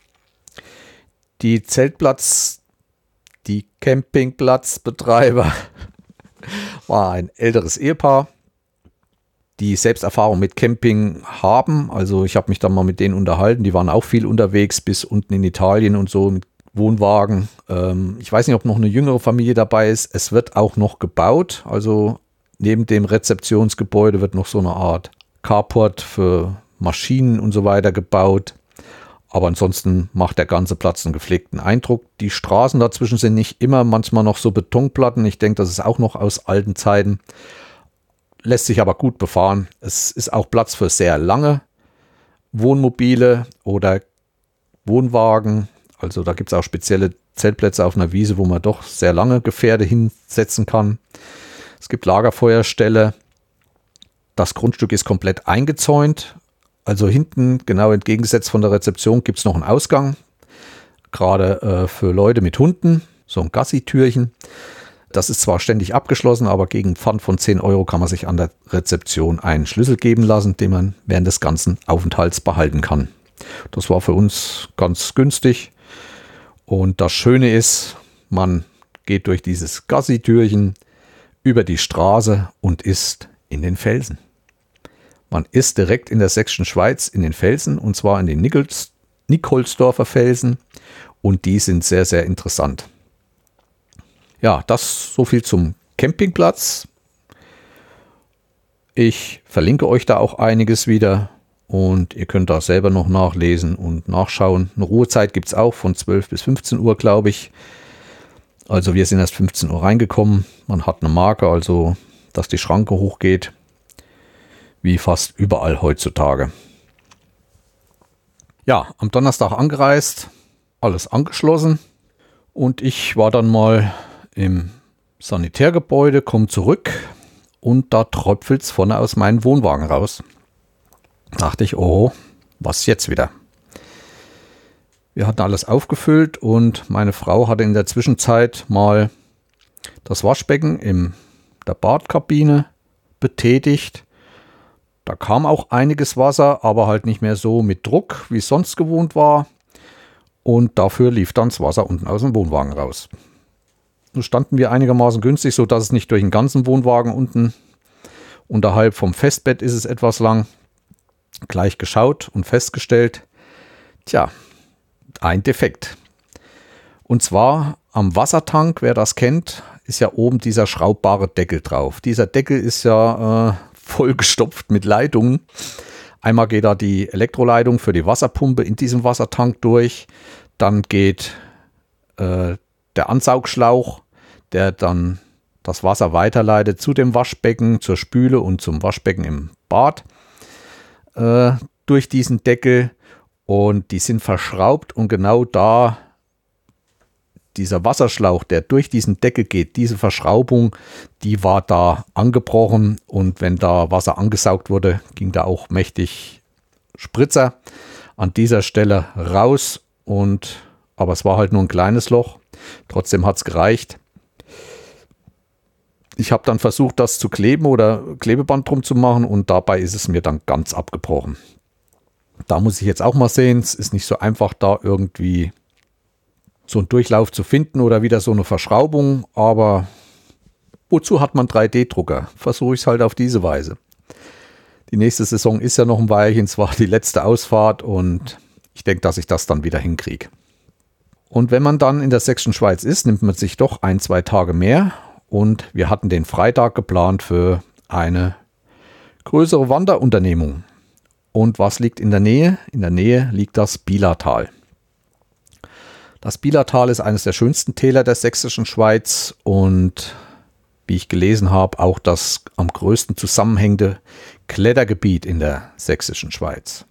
Die Zeltplatz, die Campingplatzbetreiber war ein älteres Ehepaar, die Selbsterfahrung mit Camping haben. Also ich habe mich dann mal mit denen unterhalten. Die waren auch viel unterwegs bis unten in Italien und so mit Wohnwagen. Ähm, ich weiß nicht, ob noch eine jüngere Familie dabei ist. Es wird auch noch gebaut. Also neben dem Rezeptionsgebäude wird noch so eine Art Carport für Maschinen und so weiter gebaut. Aber ansonsten macht der ganze Platz einen gepflegten Eindruck. Die Straßen dazwischen sind nicht immer, manchmal noch so Betonplatten. Ich denke, das ist auch noch aus alten Zeiten. Lässt sich aber gut befahren. Es ist auch Platz für sehr lange Wohnmobile oder Wohnwagen. Also da gibt es auch spezielle Zeltplätze auf einer Wiese, wo man doch sehr lange Gefährde hinsetzen kann. Es gibt Lagerfeuerställe. Das Grundstück ist komplett eingezäunt. Also hinten, genau entgegengesetzt von der Rezeption, gibt es noch einen Ausgang. Gerade äh, für Leute mit Hunden. So ein Gassi-Türchen. Das ist zwar ständig abgeschlossen, aber gegen Pfand von zehn Euro kann man sich an der Rezeption einen Schlüssel geben lassen, den man während des ganzen Aufenthalts behalten kann. Das war für uns ganz günstig. Und das Schöne ist, man geht durch dieses Gassi-Türchen über die Straße und ist in den Felsen. Man ist direkt in der Sächsischen Schweiz in den Felsen, und zwar in den Nichols, Nicholsdorfer Felsen. Und die sind sehr, sehr interessant. Ja, das so viel zum Campingplatz. Ich verlinke euch da auch einiges wieder und ihr könnt da selber noch nachlesen und nachschauen. Eine Ruhezeit gibt es auch von zwölf bis fünfzehn Uhr, glaube ich. Also wir sind erst fünfzehn Uhr reingekommen. Man hat eine Marke, also dass die Schranke hochgeht, wie fast überall heutzutage. Ja, am Donnerstag angereist, alles angeschlossen und ich war dann mal im Sanitärgebäude, komme zurück und da tröpfelt es vorne aus meinem Wohnwagen raus. Dachte ich, oh, was jetzt wieder? Wir hatten alles aufgefüllt und meine Frau hatte in der Zwischenzeit mal das Waschbecken in der Badkabine betätigt. Da kam auch einiges Wasser, aber halt nicht mehr so mit Druck, wie es sonst gewohnt war. Und dafür lief dann das Wasser unten aus dem Wohnwagen raus. Nun standen wir einigermaßen günstig, sodass es nicht durch den ganzen Wohnwagen unten, unterhalb vom Festbett ist es etwas lang, gleich geschaut und festgestellt, tja, ein Defekt. Und zwar am Wassertank, wer das kennt, ist ja oben dieser schraubbare Deckel drauf. Dieser Deckel ist ja äh, vollgestopft mit Leitungen. Einmal geht da die Elektroleitung für die Wasserpumpe in diesem Wassertank durch. Dann geht äh, der Ansaugschlauch, der dann das Wasser weiterleitet zu dem Waschbecken, zur Spüle und zum Waschbecken im Bad äh, durch diesen Deckel. Und die sind verschraubt und genau da dieser Wasserschlauch, der durch diesen Deckel geht, diese Verschraubung, die war da angebrochen und wenn da Wasser angesaugt wurde, ging da auch mächtig Spritzer an dieser Stelle raus. Und aber es war halt nur ein kleines Loch, trotzdem hat es gereicht. Ich habe dann versucht, das zu kleben oder Klebeband drum zu machen und dabei ist es mir dann ganz abgebrochen. Da muss ich jetzt auch mal sehen, es ist nicht so einfach, da irgendwie so einen Durchlauf zu finden oder wieder so eine Verschraubung, aber wozu hat man drei D Drucker? Versuche ich es halt auf diese Weise. Die nächste Saison ist ja noch ein Weilchen, zwar die letzte Ausfahrt und ich denke, dass ich das dann wieder hinkriege. Und wenn man dann in der Sächsischen Schweiz ist, nimmt man sich doch ein, zwei Tage mehr und wir hatten den Freitag geplant für eine größere Wanderunternehmung. Und was liegt in der Nähe? In der Nähe liegt das Bielertal. Das Bielertal ist eines der schönsten Täler der Sächsischen Schweiz und wie ich gelesen habe, auch das am größten zusammenhängende Klettergebiet in der Sächsischen Schweiz.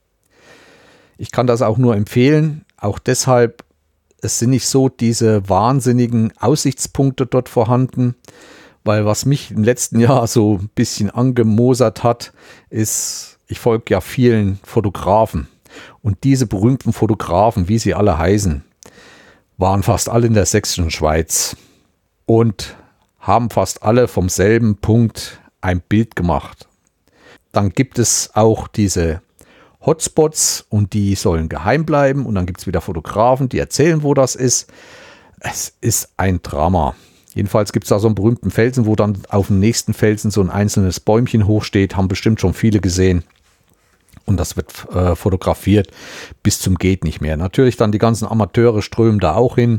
Ich kann das auch nur empfehlen, auch deshalb, es sind nicht so diese wahnsinnigen Aussichtspunkte dort vorhanden, weil was mich im letzten Jahr so ein bisschen angemosert hat, ist, ich folge ja vielen Fotografen und diese berühmten Fotografen, wie sie alle heißen, waren fast alle in der Sächsischen Schweiz und haben fast alle vom selben Punkt ein Bild gemacht. Dann gibt es auch diese Hotspots und die sollen geheim bleiben und dann gibt es wieder Fotografen, die erzählen, wo das ist. Es ist ein Drama. Jedenfalls gibt es da so einen berühmten Felsen, wo dann auf dem nächsten Felsen so ein einzelnes Bäumchen hochsteht, haben bestimmt schon viele gesehen. Und das wird äh, fotografiert bis zum geht nicht mehr. Natürlich dann die ganzen Amateure strömen da auch hin.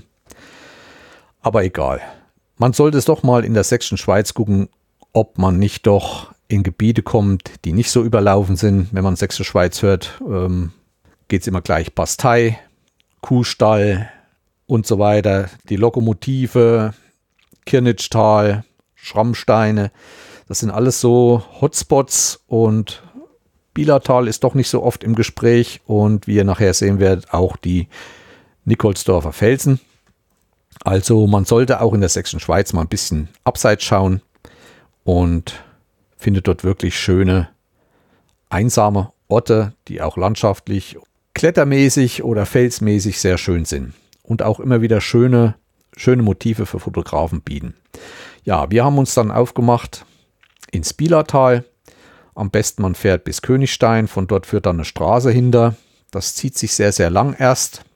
Aber egal. Man sollte es doch mal in der Sächsischen Schweiz gucken, ob man nicht doch in Gebiete kommt, die nicht so überlaufen sind. Wenn man Sächsische Schweiz hört, ähm, geht es immer gleich Bastei, Kuhstall und so weiter. Die Lokomotive, Kirnitschtal, Schrammsteine. Das sind alles so Hotspots und Bielertal ist doch nicht so oft im Gespräch und wie ihr nachher sehen werdet, auch die Nikolsdorfer Felsen. Also man sollte auch in der Sächsischen Schweiz mal ein bisschen abseits schauen und findet dort wirklich schöne, einsame Orte, die auch landschaftlich, klettermäßig oder felsmäßig sehr schön sind und auch immer wieder schöne, schöne Motive für Fotografen bieten. Ja, wir haben uns dann aufgemacht ins Bielertal. Am besten man fährt bis Königstein, von dort führt dann eine Straße hinter. Das zieht sich sehr, sehr lang erst.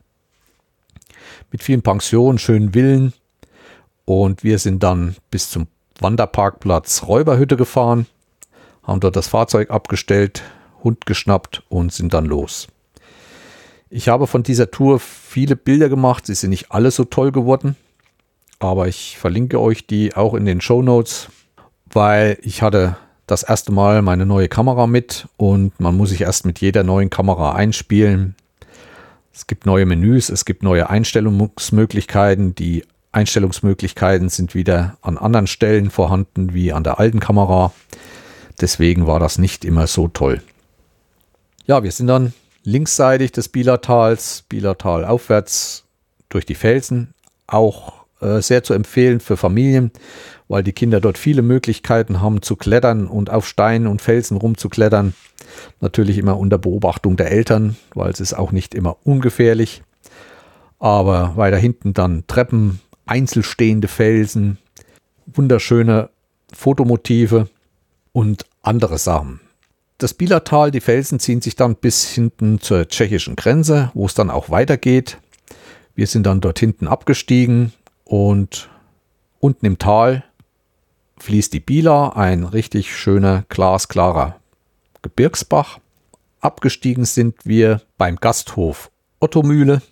Mit vielen Pensionen, schönen Villen. Und wir sind dann bis zum Wanderparkplatz Räuberhütte gefahren, haben dort das Fahrzeug abgestellt, Hund geschnappt und sind dann los. Ich habe von dieser Tour viele Bilder gemacht, sie sind nicht alle so toll geworden, aber ich verlinke euch die auch in den Shownotes, weil ich hatte das erste Mal meine neue Kamera mit und man muss sich erst mit jeder neuen Kamera einspielen. Es gibt neue Menüs, es gibt neue Einstellungsmöglichkeiten. Die Einstellungsmöglichkeiten sind wieder an anderen Stellen vorhanden wie an der alten Kamera. Deswegen war das nicht immer so toll. Ja, wir sind dann linksseitig des Bielertals, Bielertal aufwärts durch die Felsen, auch äh, sehr zu empfehlen für Familien, weil die Kinder dort viele Möglichkeiten haben zu klettern und auf Steinen und Felsen rumzuklettern. Natürlich immer unter Beobachtung der Eltern, weil es ist auch nicht immer ungefährlich. Aber weiter hinten dann Treppen, einzelstehende Felsen, wunderschöne Fotomotive und andere Sachen. Das Bielertal, die Felsen ziehen sich dann bis hinten zur tschechischen Grenze, wo es dann auch weitergeht. Wir sind dann dort hinten abgestiegen und unten im Tal fließt die Bieler, ein richtig schöner, glasklarer Gebirgsbach. Abgestiegen sind wir beim Gasthof Ottomühle.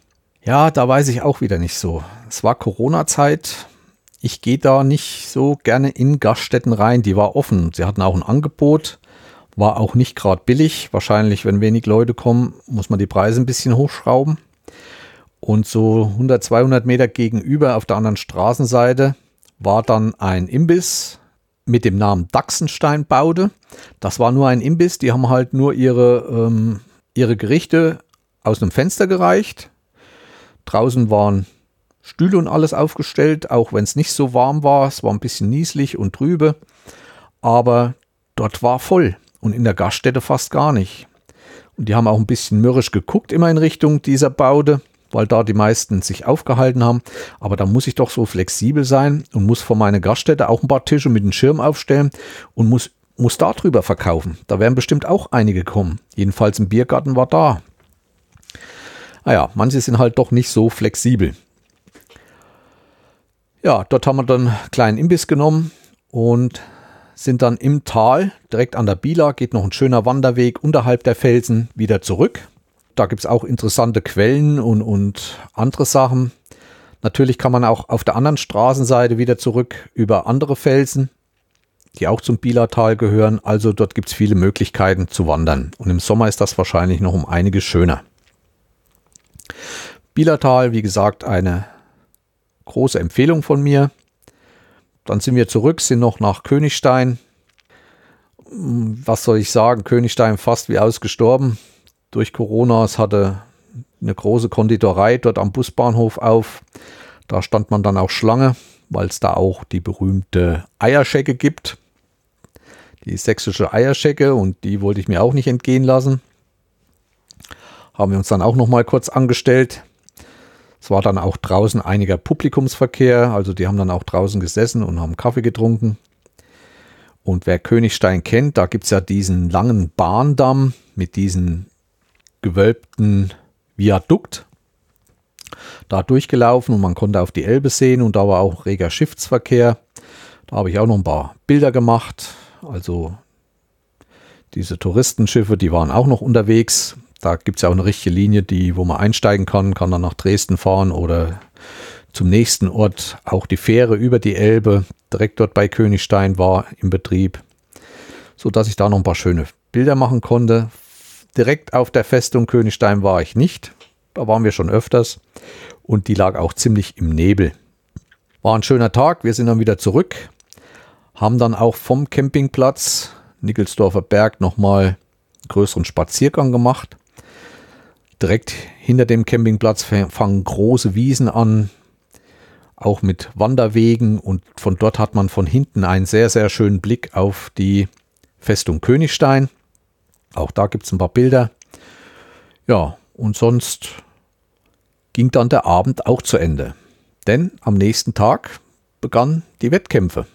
Ja, da weiß ich auch wieder nicht so. Es war Corona-Zeit. Ich gehe da nicht so gerne in Gaststätten rein. Die war offen. Sie hatten auch ein Angebot. War auch nicht gerade billig. Wahrscheinlich, wenn wenig Leute kommen, muss man die Preise ein bisschen hochschrauben. Und so hundert, zweihundert Meter gegenüber auf der anderen Straßenseite war dann ein Imbiss mit dem Namen Dachsenstein-Baude. Das war nur ein Imbiss. Die haben halt nur ihre, ähm, ihre Gerichte aus einem Fenster gereicht. Draußen waren Stühle und alles aufgestellt, auch wenn es nicht so warm war. Es war ein bisschen nieselig und trübe, aber dort war voll und in der Gaststätte fast gar nicht. Und die haben auch ein bisschen mürrisch geguckt immer in Richtung dieser Baude, weil da die meisten sich aufgehalten haben. Aber da muss ich doch so flexibel sein und muss vor meine Gaststätte auch ein paar Tische mit einem Schirm aufstellen und muss, muss da drüber verkaufen. Da werden bestimmt auch einige kommen. Jedenfalls ein Biergarten war da. Naja, manche sind halt doch nicht so flexibel. Ja, dort haben wir dann einen kleinen Imbiss genommen und sind dann im Tal, direkt an der Bieler, geht noch ein schöner Wanderweg unterhalb der Felsen wieder zurück. Da gibt es auch interessante Quellen und, und andere Sachen. Natürlich kann man auch auf der anderen Straßenseite wieder zurück über andere Felsen, die auch zum Bielertal gehören. Also dort gibt es viele Möglichkeiten zu wandern. Und im Sommer ist das wahrscheinlich noch um einiges schöner. Bielertal, wie gesagt, eine große Empfehlung von mir. Dann sind wir zurück, sind noch nach Königstein. Was soll ich sagen? Königstein fast wie ausgestorben durch Corona. Es hatte eine große Konditorei dort am Busbahnhof auf. Da stand man dann auch Schlange, weil es da auch die berühmte Eierschecke gibt. Die sächsische Eierschecke, und die wollte ich mir auch nicht entgehen lassen. Haben wir uns dann auch noch mal kurz angestellt. Es war dann auch draußen einiger Publikumsverkehr, also die haben dann auch draußen gesessen und haben Kaffee getrunken. Und wer Königstein kennt, da gibt es ja diesen langen Bahndamm mit diesem gewölbten Viadukt. Da durchgelaufen und man konnte auf die Elbe sehen und da war auch reger Schiffsverkehr. Da habe ich auch noch ein paar Bilder gemacht. Also diese Touristenschiffe, die waren auch noch unterwegs. Da gibt es ja auch eine richtige Linie, die, wo man einsteigen kann, kann dann nach Dresden fahren oder zum nächsten Ort. Auch die Fähre über die Elbe, direkt dort bei Königstein, war im Betrieb, sodass ich da noch ein paar schöne Bilder machen konnte. Direkt auf der Festung Königstein war ich nicht, da waren wir schon öfters und die lag auch ziemlich im Nebel. War ein schöner Tag, wir sind dann wieder zurück, haben dann auch vom Campingplatz Nickelsdorfer Berg nochmal einen größeren Spaziergang gemacht. Direkt hinter dem Campingplatz fangen große Wiesen an, auch mit Wanderwegen, und von dort hat man von hinten einen sehr, sehr schönen Blick auf die Festung Königstein. Auch da gibt es ein paar Bilder. Ja, und sonst ging dann der Abend auch zu Ende, denn am nächsten Tag begannen die Wettkämpfe.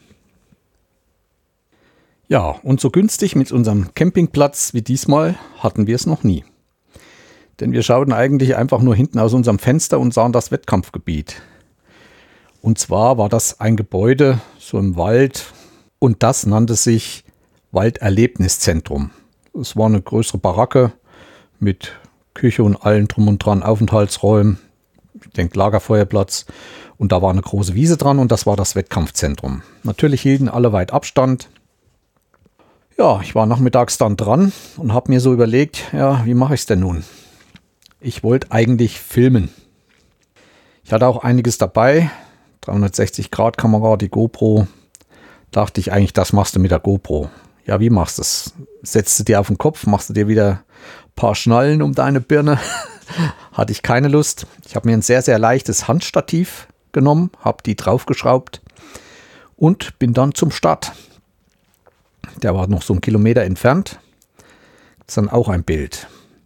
Ja, und so günstig mit unserem Campingplatz wie diesmal hatten wir es noch nie. Denn wir schauten eigentlich einfach nur hinten aus unserem Fenster und sahen das Wettkampfgebiet. Und zwar war das ein Gebäude so im Wald und das nannte sich Walderlebniszentrum. Es war eine größere Baracke mit Küche und allem drum und dran, Aufenthaltsräumen, ich denke Lagerfeuerplatz, und da war eine große Wiese dran und das war das Wettkampfzentrum. Natürlich hielten alle weit Abstand. Ja, ich war nachmittags dann dran und habe mir so überlegt, ja, wie mache ich es denn nun? Ich wollte eigentlich filmen. Ich hatte auch einiges dabei, dreihundertsechzig Grad Kamera, die GoPro. Dachte ich eigentlich, das machst du mit der GoPro. Ja, wie machst du es? Setzt du dir auf den Kopf, machst du dir wieder ein paar Schnallen um deine Birne? Hatte ich keine Lust. Ich habe mir ein sehr, sehr leichtes Handstativ genommen, habe die draufgeschraubt und bin dann zum Start. Der war noch so einen Kilometer entfernt. Das ist dann auch ein Bild.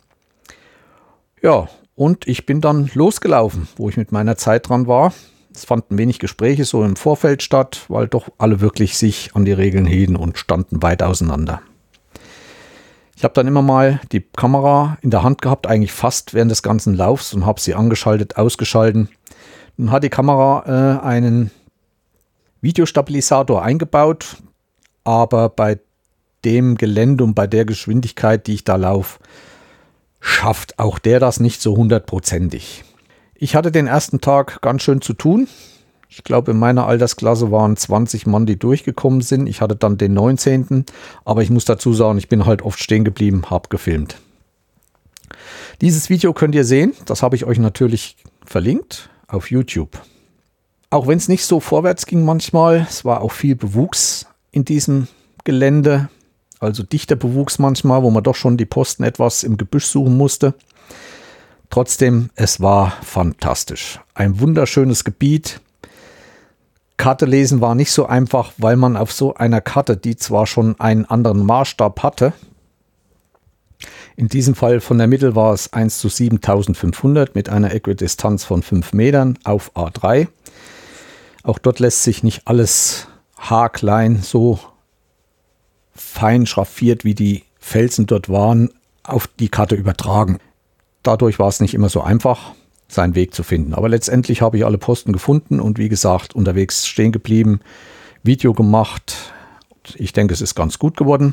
Ja, und ich bin dann losgelaufen, wo ich mit meiner Zeit dran war. Es fanden wenig Gespräche so im Vorfeld statt, weil doch alle wirklich sich an die Regeln hielten und standen weit auseinander. Ich habe dann immer mal die Kamera in der Hand gehabt, eigentlich fast während des ganzen Laufs, und habe sie angeschaltet, ausgeschalten. Dann hat die Kamera äh, einen Videostabilisator eingebaut, aber bei dem Gelände und bei der Geschwindigkeit, die ich da laufe, schafft auch der das nicht so hundertprozentig. Ich hatte den ersten Tag ganz schön zu tun. Ich glaube, in meiner Altersklasse waren zwanzig Mann, die durchgekommen sind. Ich hatte dann den neunzehnten Aber ich muss dazu sagen, ich bin halt oft stehen geblieben, habe gefilmt. Dieses Video könnt ihr sehen. Das habe ich euch natürlich verlinkt auf YouTube. Auch wenn es nicht so vorwärts ging manchmal, es war auch viel Bewuchs in diesem Gelände. Also dichter Bewuchs manchmal, wo man doch schon die Posten etwas im Gebüsch suchen musste. Trotzdem, es war fantastisch. Ein wunderschönes Gebiet. Karte lesen war nicht so einfach, weil man auf so einer Karte, die zwar schon einen anderen Maßstab hatte, in diesem Fall von der Mittel war es eins zu siebentausendfünfhundert mit einer Äquidistanz von fünf Metern auf A drei. Auch dort lässt sich nicht alles haarklein, so fein schraffiert, wie die Felsen dort waren, auf die Karte übertragen. Dadurch war es nicht immer so einfach, seinen Weg zu finden. Aber letztendlich habe ich alle Posten gefunden und wie gesagt, unterwegs stehen geblieben, Video gemacht. Ich denke, es ist ganz gut geworden.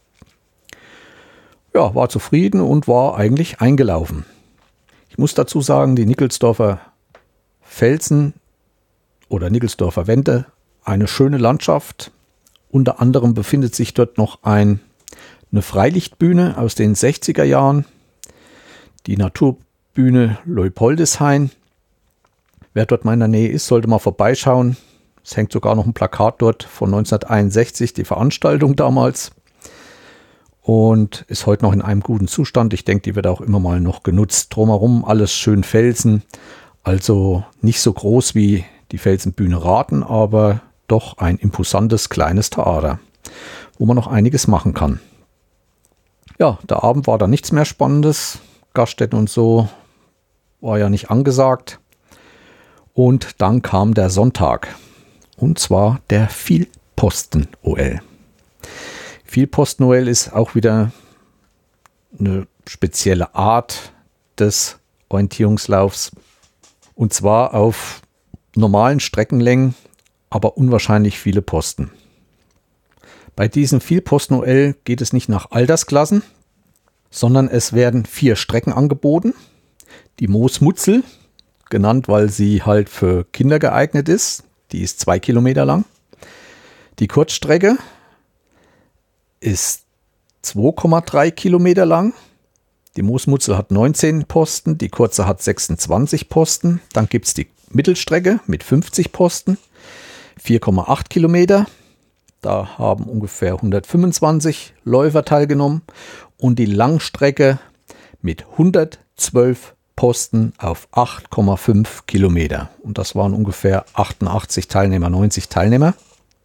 Ja, war zufrieden und war eigentlich eingelaufen. Ich muss dazu sagen, die Nickelsdorfer Felsen oder Nickelsdorfer Wände, eine schöne Landschaft. Unter anderem befindet sich dort noch ein, eine Freilichtbühne aus den sechziger Jahren. Die Naturbühne Leupoldeshain. Wer dort mal in der Nähe ist, sollte mal vorbeischauen. Es hängt sogar noch ein Plakat dort von neunzehnhunderteinundsechzig, die Veranstaltung damals. Und ist heute noch in einem guten Zustand. Ich denke, die wird auch immer mal noch genutzt. Drumherum alles schön Felsen. Also nicht so groß wie die Felsenbühne Rathen, aber doch ein imposantes kleines Theater, wo man noch einiges machen kann. Ja, der Abend war da nichts mehr Spannendes. Gaststätten und so war ja nicht angesagt. Und dann kam der Sonntag. Und zwar der Vielposten-O L. Vielposten-O L ist auch wieder eine spezielle Art des Orientierungslaufs. Und zwar auf normalen Streckenlängen, aber unwahrscheinlich viele Posten. Bei diesem Vielposten-O L geht es nicht nach Altersklassen, sondern es werden vier Strecken angeboten. Die Moosmutzel, genannt, weil sie halt für Kinder geeignet ist, die ist zwei Kilometer lang. Die Kurzstrecke ist zwei Komma drei Kilometer lang. Die Moosmutzel hat neunzehn Posten, die kurze hat sechsundzwanzig Posten. Dann gibt es die Mittelstrecke mit fünfzig Posten, vier Komma acht Kilometer. Da haben ungefähr hundertfünfundzwanzig Läufer teilgenommen. Und die Langstrecke mit hundertzwölf Posten auf acht Komma fünf Kilometer. Und das waren ungefähr achtundachtzig Teilnehmer, neunzig Teilnehmer.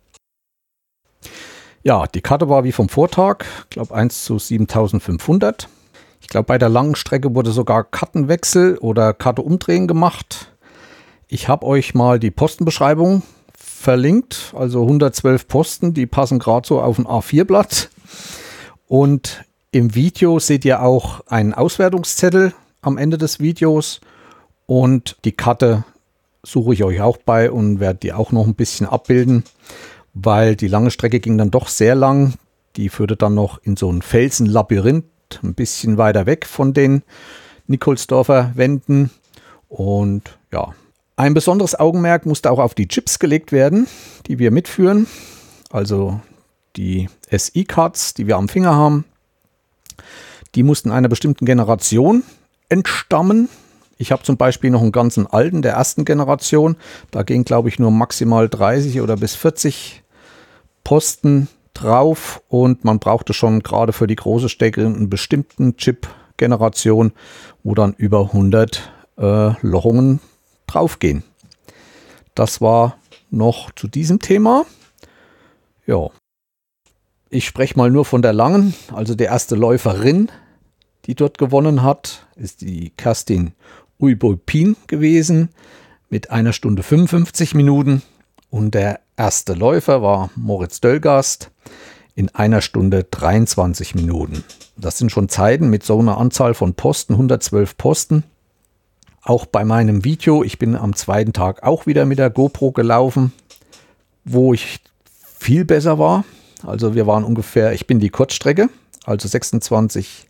Ja, die Karte war wie vom Vortag, ich glaube eins zu siebentausendfünfhundert. Ich glaube, bei der langen Strecke wurde sogar Kartenwechsel oder Karte umdrehen gemacht. Ich habe euch mal die Postenbeschreibung verlinkt, also hundertzwölf Posten, die passen gerade so auf ein A vier Blatt. Und im Video seht ihr auch einen Auswertungszettel am Ende des Videos und die Karte suche ich euch auch bei und werde die auch noch ein bisschen abbilden, weil die lange Strecke ging dann doch sehr lang. Die führte dann noch in so ein Felsenlabyrinth, ein bisschen weiter weg von den Nickelsdorfer Wänden. Und ja, ein besonderes Augenmerk musste auch auf die Chips gelegt werden, die wir mitführen. Also die S I-Cards, die wir am Finger haben. Die mussten einer bestimmten Generation entstammen. Ich habe zum Beispiel noch einen ganzen alten der ersten Generation. Da gehen, glaube ich, nur maximal dreißig oder bis vierzig Posten drauf. Und man brauchte schon gerade für die große Strecke einen bestimmten Chip-Generation, wo dann über hundert äh, Lochungen draufgehen. Das war noch zu diesem Thema. Ja. Ich spreche mal nur von der langen, also der erste Läuferin, die dort gewonnen hat, ist die Kerstin Uybulpin gewesen mit einer Stunde fünfundfünfzig Minuten und der erste Läufer war Moritz Döllgast in einer Stunde dreiundzwanzig Minuten. Das sind schon Zeiten mit so einer Anzahl von Posten, hundertzwölf Posten. Auch bei meinem Video, ich bin am zweiten Tag auch wieder mit der GoPro gelaufen, wo ich viel besser war. Also wir waren ungefähr, ich bin die Kurzstrecke, also sechsundzwanzig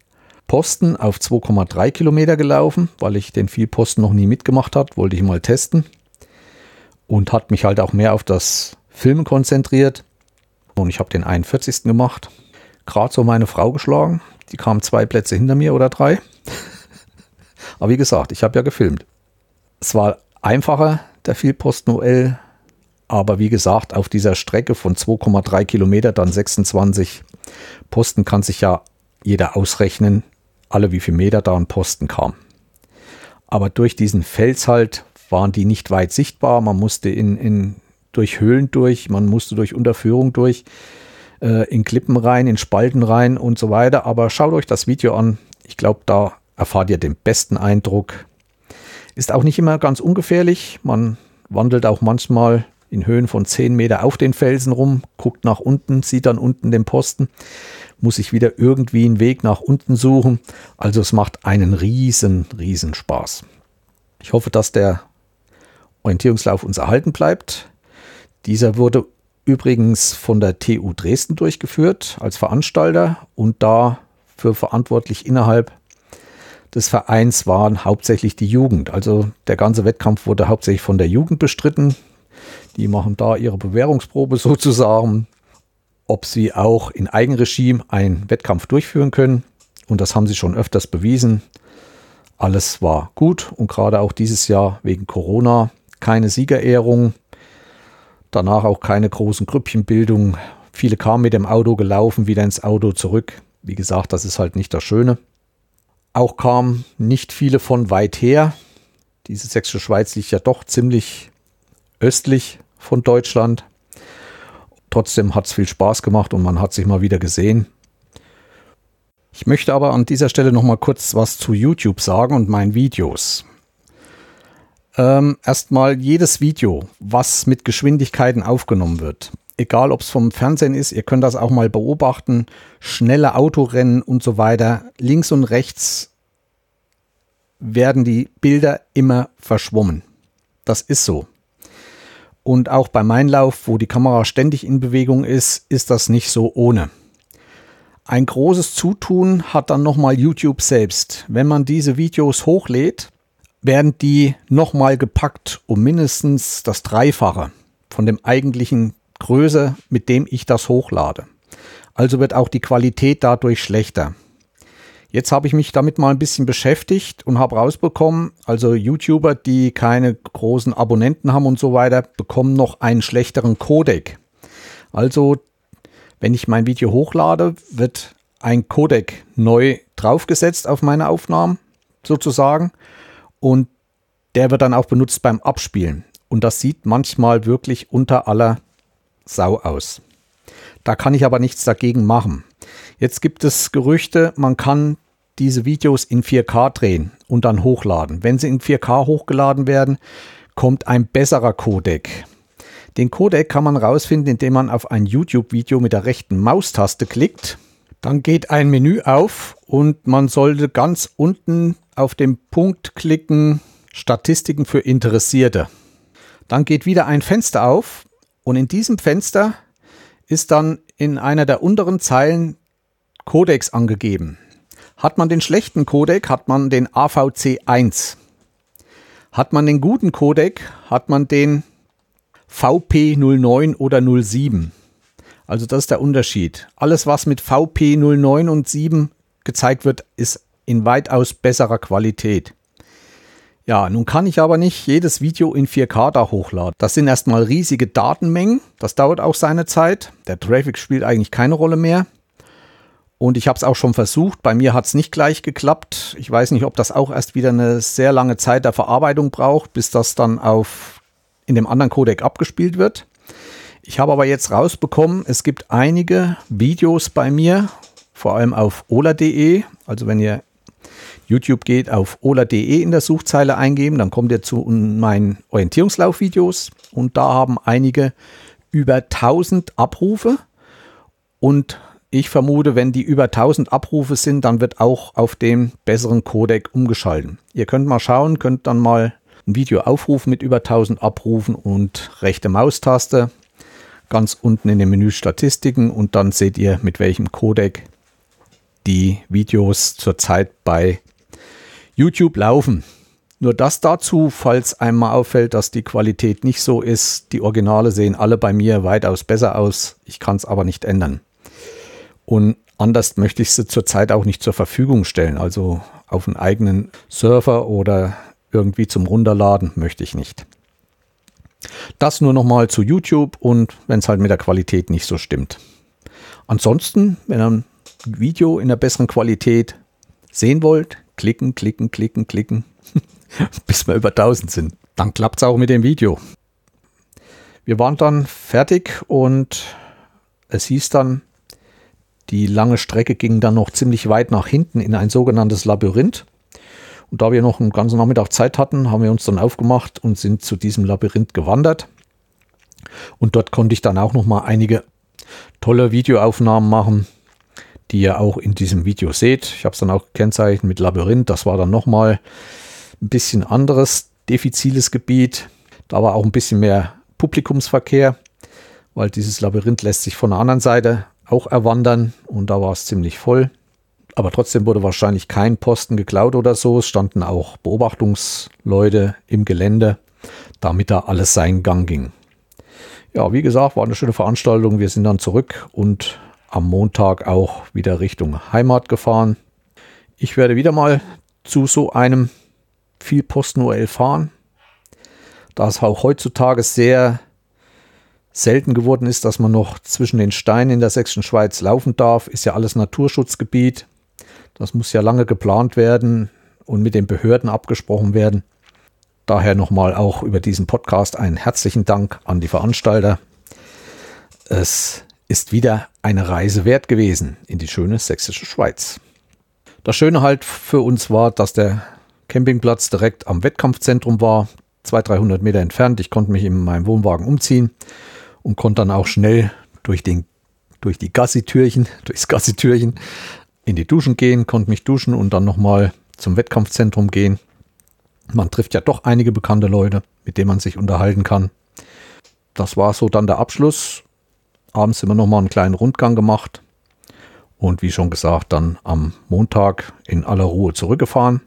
Posten auf zwei Komma drei Kilometer gelaufen, weil ich den Vielposten noch nie mitgemacht habe, wollte ich mal testen. Und hat mich halt auch mehr auf das Filmen konzentriert. Und ich habe den einundvierzigsten gemacht. Gerade so meine Frau geschlagen. Die kam zwei Plätze hinter mir oder drei. Aber wie gesagt, ich habe ja gefilmt. Es war einfacher, der Vielposten-O L. Aber wie gesagt, auf dieser Strecke von zwei Komma drei Kilometer, dann sechsundzwanzig Posten, kann sich ja jeder ausrechnen, alle wie viel Meter da ein Posten kam. Aber durch diesen Fels halt waren die nicht weit sichtbar. Man musste in, in, durch Höhlen durch, man musste durch Unterführung durch, äh, in Klippen rein, in Spalten rein und so weiter. Aber schaut euch das Video an. Ich glaube, da erfahrt ihr den besten Eindruck. Ist auch nicht immer ganz ungefährlich. Man wandelt auch manchmal in Höhen von zehn Meter auf den Felsen rum, guckt nach unten, sieht dann unten den Posten, muss sich wieder irgendwie einen Weg nach unten suchen. Also es macht einen riesen, riesen Spaß. Ich hoffe, dass der Orientierungslauf uns erhalten bleibt. Dieser wurde übrigens von der T U Dresden durchgeführt als Veranstalter und dafür verantwortlich innerhalb des Vereins waren hauptsächlich die Jugend. Also der ganze Wettkampf wurde hauptsächlich von der Jugend bestritten. Die machen da ihre Bewährungsprobe sozusagen, ob sie auch in Eigenregie einen Wettkampf durchführen können. Und das haben sie schon öfters bewiesen. Alles war gut und gerade auch dieses Jahr wegen Corona keine Siegerehrung. Danach auch keine großen Grüppchenbildungen. Viele kamen mit dem Auto gelaufen, wieder ins Auto zurück. Wie gesagt, das ist halt nicht das Schöne. Auch kamen nicht viele von weit her. Diese Sächsische Schweiz liegt ja doch ziemlich östlich von Deutschland. Trotzdem hat es viel Spaß gemacht und man hat sich mal wieder gesehen. Ich möchte aber an dieser Stelle noch mal kurz was zu YouTube sagen und meinen Videos. Ähm, erstmal jedes Video, was mit Geschwindigkeiten aufgenommen wird, egal ob es vom Fernsehen ist, ihr könnt das auch mal beobachten, schnelle Autorennen und so weiter, links und rechts werden die Bilder immer verschwommen. Das ist so. Und auch beim Einlauf, wo die Kamera ständig in Bewegung ist, ist das nicht so ohne. Ein großes Zutun hat dann nochmal YouTube selbst. Wenn man diese Videos hochlädt, werden die nochmal gepackt um mindestens das Dreifache von dem eigentlichen Größe, mit dem ich das hochlade. Also wird auch die Qualität dadurch schlechter. Jetzt habe ich mich damit mal ein bisschen beschäftigt und habe rausbekommen, also YouTuber, die keine großen Abonnenten haben und so weiter, bekommen noch einen schlechteren Codec. Also, wenn ich mein Video hochlade, wird ein Codec neu draufgesetzt auf meine Aufnahmen, sozusagen. Und der wird dann auch benutzt beim Abspielen. Und das sieht manchmal wirklich unter aller Sau aus. Da kann ich aber nichts dagegen machen. Jetzt gibt es Gerüchte, man kann diese Videos in vier K drehen und dann hochladen. Wenn sie in vier K hochgeladen werden, kommt ein besserer Codec. Den Codec kann man rausfinden, indem man auf ein YouTube-Video mit der rechten Maustaste klickt. Dann geht ein Menü auf und man sollte ganz unten auf den Punkt klicken, Statistiken für Interessierte. Dann geht wieder ein Fenster auf und in diesem Fenster ist dann in einer der unteren Zeilen Codecs angegeben. Hat man den schlechten Codec, hat man den A V C eins. Hat man den guten Codec, hat man den V P null neun oder null sieben. Also das ist der Unterschied. Alles, was mit V P null neun und sieben gezeigt wird, ist in weitaus besserer Qualität. Ja, nun kann ich aber nicht jedes Video in vier K da hochladen. Das sind erstmal riesige Datenmengen. Das dauert auch seine Zeit. Der Traffic spielt eigentlich keine Rolle mehr. Und ich habe es auch schon versucht. Bei mir hat es nicht gleich geklappt. Ich weiß nicht, ob das auch erst wieder eine sehr lange Zeit der Verarbeitung braucht, bis das dann auf in dem anderen Codec abgespielt wird. Ich habe aber jetzt rausbekommen, es gibt einige Videos bei mir, vor allem auf ola punkt de. Also wenn ihr YouTube geht, auf ola punkt de in der Suchzeile eingeben, dann kommt ihr zu meinen Orientierungslaufvideos und da haben einige über tausend Abrufe und ich vermute, wenn die über tausend Abrufe sind, dann wird auch auf dem besseren Codec umgeschalten. Ihr könnt mal schauen, könnt dann mal ein Video aufrufen mit über tausend Abrufen und rechte Maustaste ganz unten in dem Menü Statistiken und dann seht ihr, mit welchem Codec die Videos zurzeit bei YouTube laufen. Nur das dazu, falls einmal auffällt, dass die Qualität nicht so ist. Die Originale sehen alle bei mir weitaus besser aus. Ich kann es aber nicht ändern. Und anders möchte ich sie zurzeit auch nicht zur Verfügung stellen. Also auf einen eigenen Server oder irgendwie zum Runterladen möchte ich nicht. Das nur nochmal zu YouTube und wenn es halt mit der Qualität nicht so stimmt. Ansonsten, wenn ihr ein Video in der besseren Qualität sehen wollt, klicken, klicken, klicken, klicken, bis wir über tausend sind. Dann klappt es auch mit dem Video. Wir waren dann fertig und es hieß dann, die lange Strecke ging dann noch ziemlich weit nach hinten in ein sogenanntes Labyrinth. Und da wir noch einen ganzen Nachmittag Zeit hatten, haben wir uns dann aufgemacht und sind zu diesem Labyrinth gewandert. Und dort konnte ich dann auch noch mal einige tolle Videoaufnahmen machen, die ihr auch in diesem Video seht. Ich habe es dann auch gekennzeichnet mit Labyrinth. Das war dann noch mal ein bisschen anderes, diffiziles Gebiet. Da war auch ein bisschen mehr Publikumsverkehr, weil dieses Labyrinth lässt sich von der anderen Seite auch erwandern und da war es ziemlich voll. Aber trotzdem wurde wahrscheinlich kein Posten geklaut oder so. Es standen auch Beobachtungsleute im Gelände, damit da alles seinen Gang ging. Ja, wie gesagt, war eine schöne Veranstaltung. Wir sind dann zurück und am Montag auch wieder Richtung Heimat gefahren. Ich werde wieder mal zu so einem Vielposten-U R L fahren. Da es auch heutzutage sehr selten geworden ist, dass man noch zwischen den Steinen in der Sächsischen Schweiz laufen darf, ist ja alles Naturschutzgebiet. Das muss ja lange geplant werden und mit den Behörden abgesprochen werden. Daher nochmal auch über diesen Podcast einen herzlichen Dank an die Veranstalter. Es ist wieder eine Reise wert gewesen in die schöne Sächsische Schweiz. Das Schöne halt für uns war, dass der Campingplatz direkt am Wettkampfzentrum war, zweihundert, dreihundert Meter entfernt. Ich konnte mich in meinem Wohnwagen umziehen und konnte dann auch schnell durch, den, durch die Gassitürchen, durchs Gassitürchen in die Duschen gehen, konnte mich duschen und dann nochmal zum Wettkampfzentrum gehen. Man trifft ja doch einige bekannte Leute, mit denen man sich unterhalten kann. Das war so dann der Abschluss. Abends sind wir nochmal einen kleinen Rundgang gemacht und wie schon gesagt, dann am Montag in aller Ruhe zurückgefahren.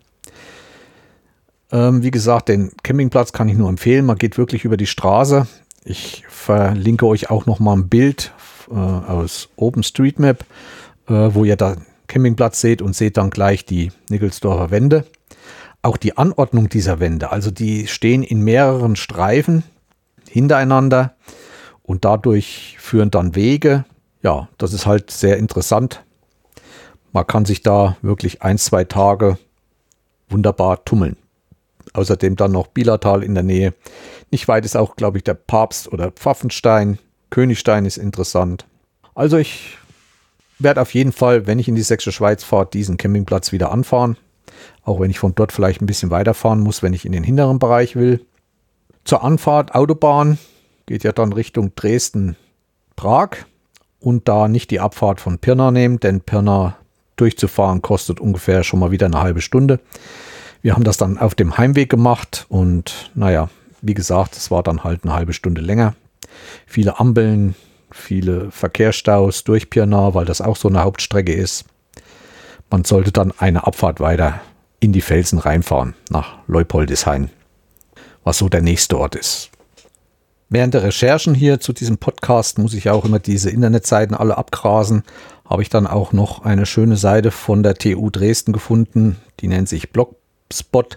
Ähm, wie gesagt, den Campingplatz kann ich nur empfehlen. Man geht wirklich über die Straße. Ich verlinke euch auch nochmal ein Bild äh, aus OpenStreetMap, äh, wo ihr da Campingplatz seht und seht dann gleich die Nickelsdorfer Wände. Auch die Anordnung dieser Wände, also die stehen in mehreren Streifen hintereinander und dadurch führen dann Wege. Ja, das ist halt sehr interessant. Man kann sich da wirklich ein, zwei Tage wunderbar tummeln. Außerdem dann noch Bielertal in der Nähe. Nicht weit ist auch, glaube ich, der Papst oder Pfaffenstein. Königstein ist interessant. Also ich werde auf jeden Fall, wenn ich in die Sächsische Schweiz fahre, diesen Campingplatz wieder anfahren. Auch wenn ich von dort vielleicht ein bisschen weiterfahren muss, wenn ich in den hinteren Bereich will. Zur Anfahrt Autobahn geht ja dann Richtung Dresden-Prag. Und da nicht die Abfahrt von Pirna nehmen, denn Pirna durchzufahren kostet ungefähr schon mal wieder eine halbe Stunde. Wir haben das dann auf dem Heimweg gemacht und naja, wie gesagt, es war dann halt eine halbe Stunde länger. Viele Ampeln, viele Verkehrsstaus durch Pirna, weil das auch so eine Hauptstrecke ist. Man sollte dann eine Abfahrt weiter in die Felsen reinfahren, nach Leupoldishain, was so der nächste Ort ist. Während der Recherchen hier zu diesem Podcast muss ich auch immer diese Internetseiten alle abgrasen. Habe ich dann auch noch eine schöne Seite von der T U Dresden gefunden, die nennt sich Blogspot.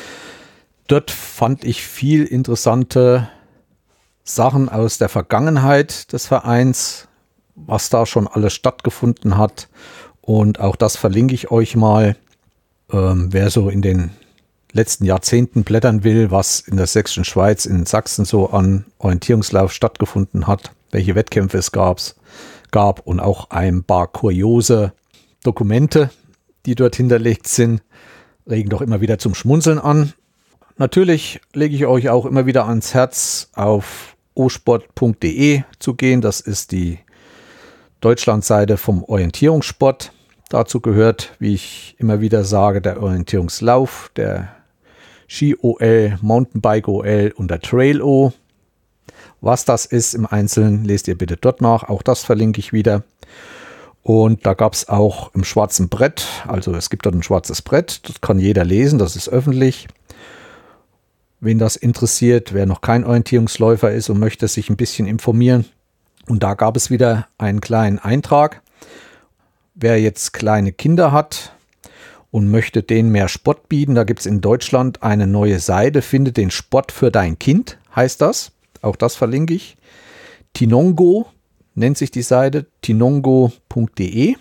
Dort fand ich viel interessante Sachen aus der Vergangenheit des Vereins, was da schon alles stattgefunden hat. Und auch das verlinke ich euch mal. Ähm, wer so in den letzten Jahrzehnten blättern will, was in der Sächsischen Schweiz, in Sachsen so an Orientierungslauf stattgefunden hat, welche Wettkämpfe es gab, gab und auch ein paar kuriose Dokumente, die dort hinterlegt sind, regen doch immer wieder zum Schmunzeln an. Natürlich lege ich euch auch immer wieder ans Herz, auf o sport punkt de zu gehen. Das ist die Deutschlandseite vom Orientierungssport. Dazu gehört, wie ich immer wieder sage, der Orientierungslauf, der Ski-O L, Mountainbike-O L und der Trail-O. Was das ist im Einzelnen, lest ihr bitte dort nach. Auch das verlinke ich wieder. Und da gab es auch im schwarzen Brett, also es gibt dort ein schwarzes Brett, das kann jeder lesen, das ist öffentlich. Wen das interessiert, wer noch kein Orientierungsläufer ist und möchte sich ein bisschen informieren. Und da gab es wieder einen kleinen Eintrag. Wer jetzt kleine Kinder hat und möchte denen mehr Sport bieten, da gibt es in Deutschland eine neue Seite, finde den Sport für dein Kind, heißt das. Auch das verlinke ich. Tinongo nennt sich die Seite, tinongo punkt de.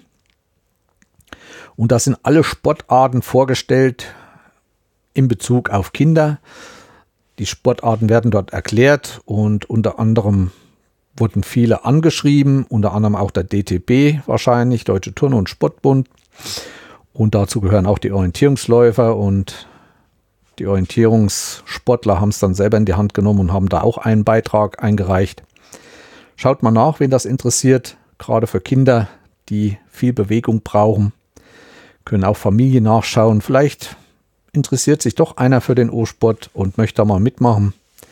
Und da sind alle Sportarten vorgestellt in Bezug auf Kinder. Die Sportarten werden dort erklärt und unter anderem wurden viele angeschrieben, unter anderem auch der D T B wahrscheinlich, Deutsche Turn- und Sportbund. Und dazu gehören auch die Orientierungsläufer und die Orientierungssportler haben es dann selber in die Hand genommen und haben da auch einen Beitrag eingereicht. Schaut mal nach, wen das interessiert, gerade für Kinder, die viel Bewegung brauchen. Können auch Familien nachschauen, vielleicht interessiert sich doch einer für den O-Sport und möchte da mal mitmachen.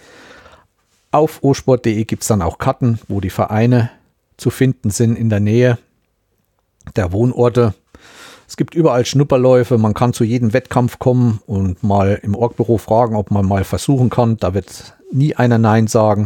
Auf o sport punkt de gibt es dann auch Karten, wo die Vereine zu finden sind in der Nähe der Wohnorte. Es gibt überall Schnupperläufe, man kann zu jedem Wettkampf kommen und mal im Orgbüro fragen, ob man mal versuchen kann. Da wird nie einer Nein sagen.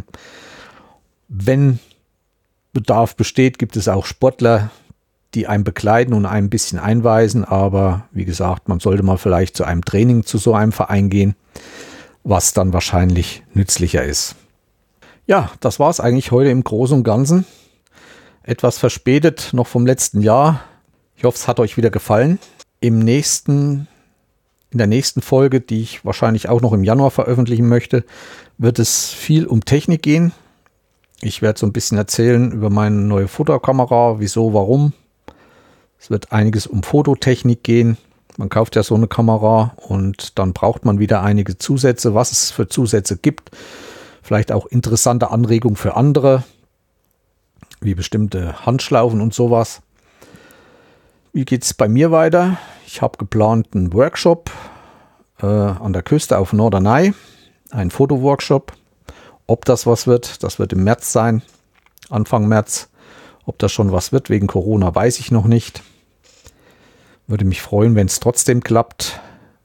Wenn Bedarf besteht, gibt es auch Sportler, die einen begleiten und einen ein bisschen einweisen, aber wie gesagt, man sollte mal vielleicht zu einem Training zu so einem Verein gehen, was dann wahrscheinlich nützlicher ist. Ja, das war es eigentlich heute im Großen und Ganzen. Etwas verspätet noch vom letzten Jahr. Ich hoffe, es hat euch wieder gefallen. Im nächsten, in der nächsten Folge, die ich wahrscheinlich auch noch im Januar veröffentlichen möchte, wird es viel um Technik gehen. Ich werde so ein bisschen erzählen über meine neue Fotokamera, wieso, warum. Es wird einiges um Fototechnik gehen. Man kauft ja so eine Kamera und dann braucht man wieder einige Zusätze, was es für Zusätze gibt. Vielleicht auch interessante Anregungen für andere, wie bestimmte Handschlaufen und sowas. Wie geht es bei mir weiter? Ich habe geplant einen Workshop äh, an der Küste auf Norderney, einen Fotoworkshop. Ob das was wird, das wird im März sein, Anfang März. Ob das schon was wird wegen Corona, weiß ich noch nicht. Würde mich freuen, wenn es trotzdem klappt.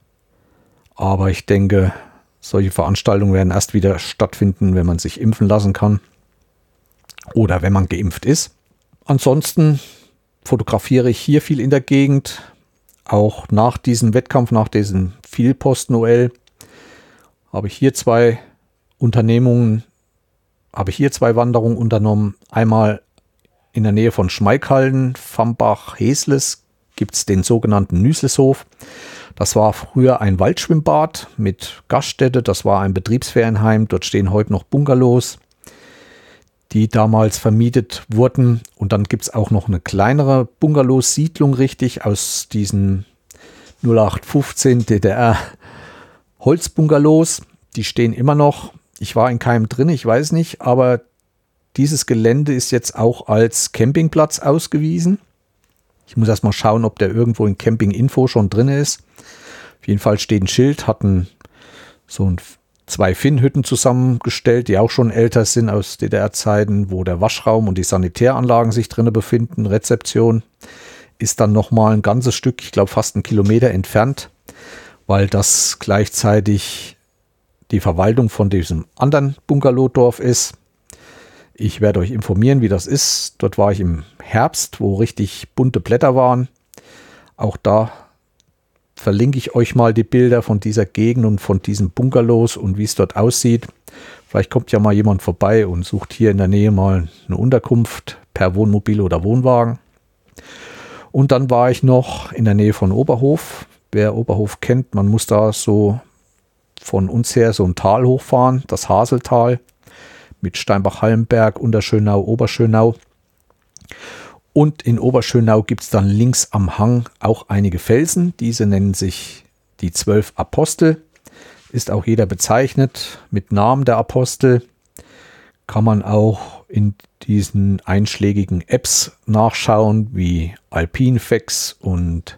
Aber ich denke, solche Veranstaltungen werden erst wieder stattfinden, wenn man sich impfen lassen kann. Oder wenn man geimpft ist. Ansonsten fotografiere ich hier viel in der Gegend. Auch nach diesem Wettkampf, nach diesem Vielposten-O L, habe ich hier zwei Unternehmungen, habe ich hier zwei Wanderungen unternommen. Einmal in der Nähe von Schmeichalden, Vambach, Hesles, gibt es den sogenannten Nüßleshof. Das war früher ein Waldschwimmbad mit Gaststätte. Das war ein Betriebsferienheim. Dort stehen heute noch Bungalows, die damals vermietet wurden. Und dann gibt es auch noch eine kleinere Bungalow-Siedlung, richtig, aus diesen null acht fünfzehn D D R Holzbungalows. Die stehen immer noch. Ich war in keinem drin, ich weiß nicht, aber dieses Gelände ist jetzt auch als Campingplatz ausgewiesen. Ich muss erst mal schauen, ob der irgendwo in Camping-Info schon drin ist. Auf jeden Fall steht ein Schild, hatten so ein, zwei Finnhütten zusammengestellt, die auch schon älter sind aus D D R-Zeiten, wo der Waschraum und die Sanitäranlagen sich drin befinden. Rezeption ist dann nochmal ein ganzes Stück, ich glaube fast einen Kilometer entfernt, weil das gleichzeitig die Verwaltung von diesem anderen Bungalowdorf ist. Ich werde euch informieren, wie das ist. Dort war ich im Herbst, wo richtig bunte Blätter waren. Auch da verlinke ich euch mal die Bilder von dieser Gegend und von diesen Bungalows und wie es dort aussieht. Vielleicht kommt ja mal jemand vorbei und sucht hier in der Nähe mal eine Unterkunft per Wohnmobil oder Wohnwagen. Und dann war ich noch in der Nähe von Oberhof. Wer Oberhof kennt, man muss da so von uns her so ein Tal hochfahren, das Haseltal mit Steinbach-Hallenberg, Unterschönau, Oberschönau. Und in Oberschönau gibt es dann links am Hang auch einige Felsen. Diese nennen sich die zwölf Apostel. Ist auch jeder bezeichnet mit Namen der Apostel. Kann man auch in diesen einschlägigen Apps nachschauen, wie Alpinefex und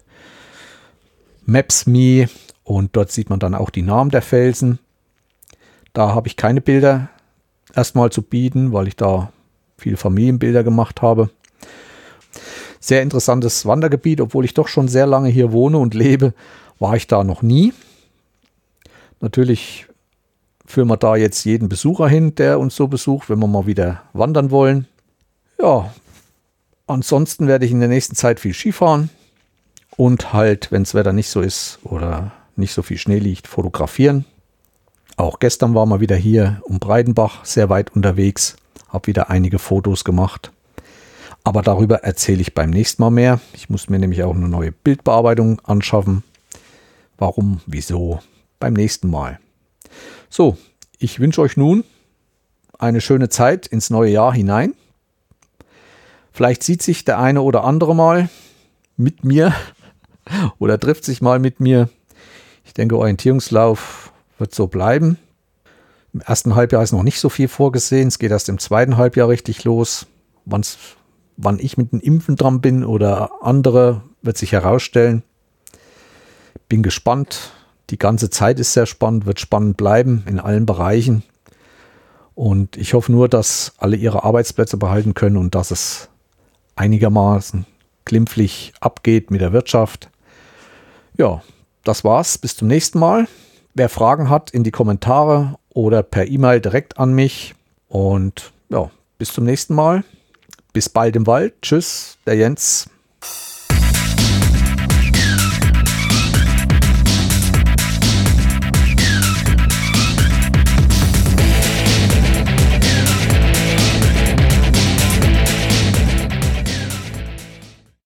Maps.me. Und dort sieht man dann auch die Namen der Felsen. Da habe ich keine Bilder erstmal zu bieten, weil ich da viele Familienbilder gemacht habe. Sehr interessantes Wandergebiet, obwohl ich doch schon sehr lange hier wohne und lebe, war ich da noch nie. Natürlich führen wir da jetzt jeden Besucher hin, der uns so besucht, wenn wir mal wieder wandern wollen. Ja, ansonsten werde ich in der nächsten Zeit viel Skifahren und halt, wenn das Wetter nicht so ist oder nicht so viel Schnee liegt, fotografieren. Auch gestern waren wir wieder hier um Breidenbach, sehr weit unterwegs, habe wieder einige Fotos gemacht. Aber darüber erzähle ich beim nächsten Mal mehr. Ich muss mir nämlich auch eine neue Bildbearbeitung anschaffen. Warum, wieso, beim nächsten Mal. So, ich wünsche euch nun eine schöne Zeit ins neue Jahr hinein. Vielleicht sieht sich der eine oder andere mal mit mir oder trifft sich mal mit mir. Ich denke, Orientierungslauf wird so bleiben. Im ersten Halbjahr ist noch nicht so viel vorgesehen. Es geht erst im zweiten Halbjahr richtig los. Wann's, wann ich mit dem Impfen dran bin oder andere, wird sich herausstellen. Bin gespannt. Die ganze Zeit ist sehr spannend, wird spannend bleiben in allen Bereichen. Und ich hoffe nur, dass alle ihre Arbeitsplätze behalten können und dass es einigermaßen glimpflich abgeht mit der Wirtschaft. Ja, das war's. Bis zum nächsten Mal. Wer Fragen hat, in die Kommentare oder per E-Mail direkt an mich. Und ja, bis zum nächsten Mal. Bis bald im Wald. Tschüss, der Jens.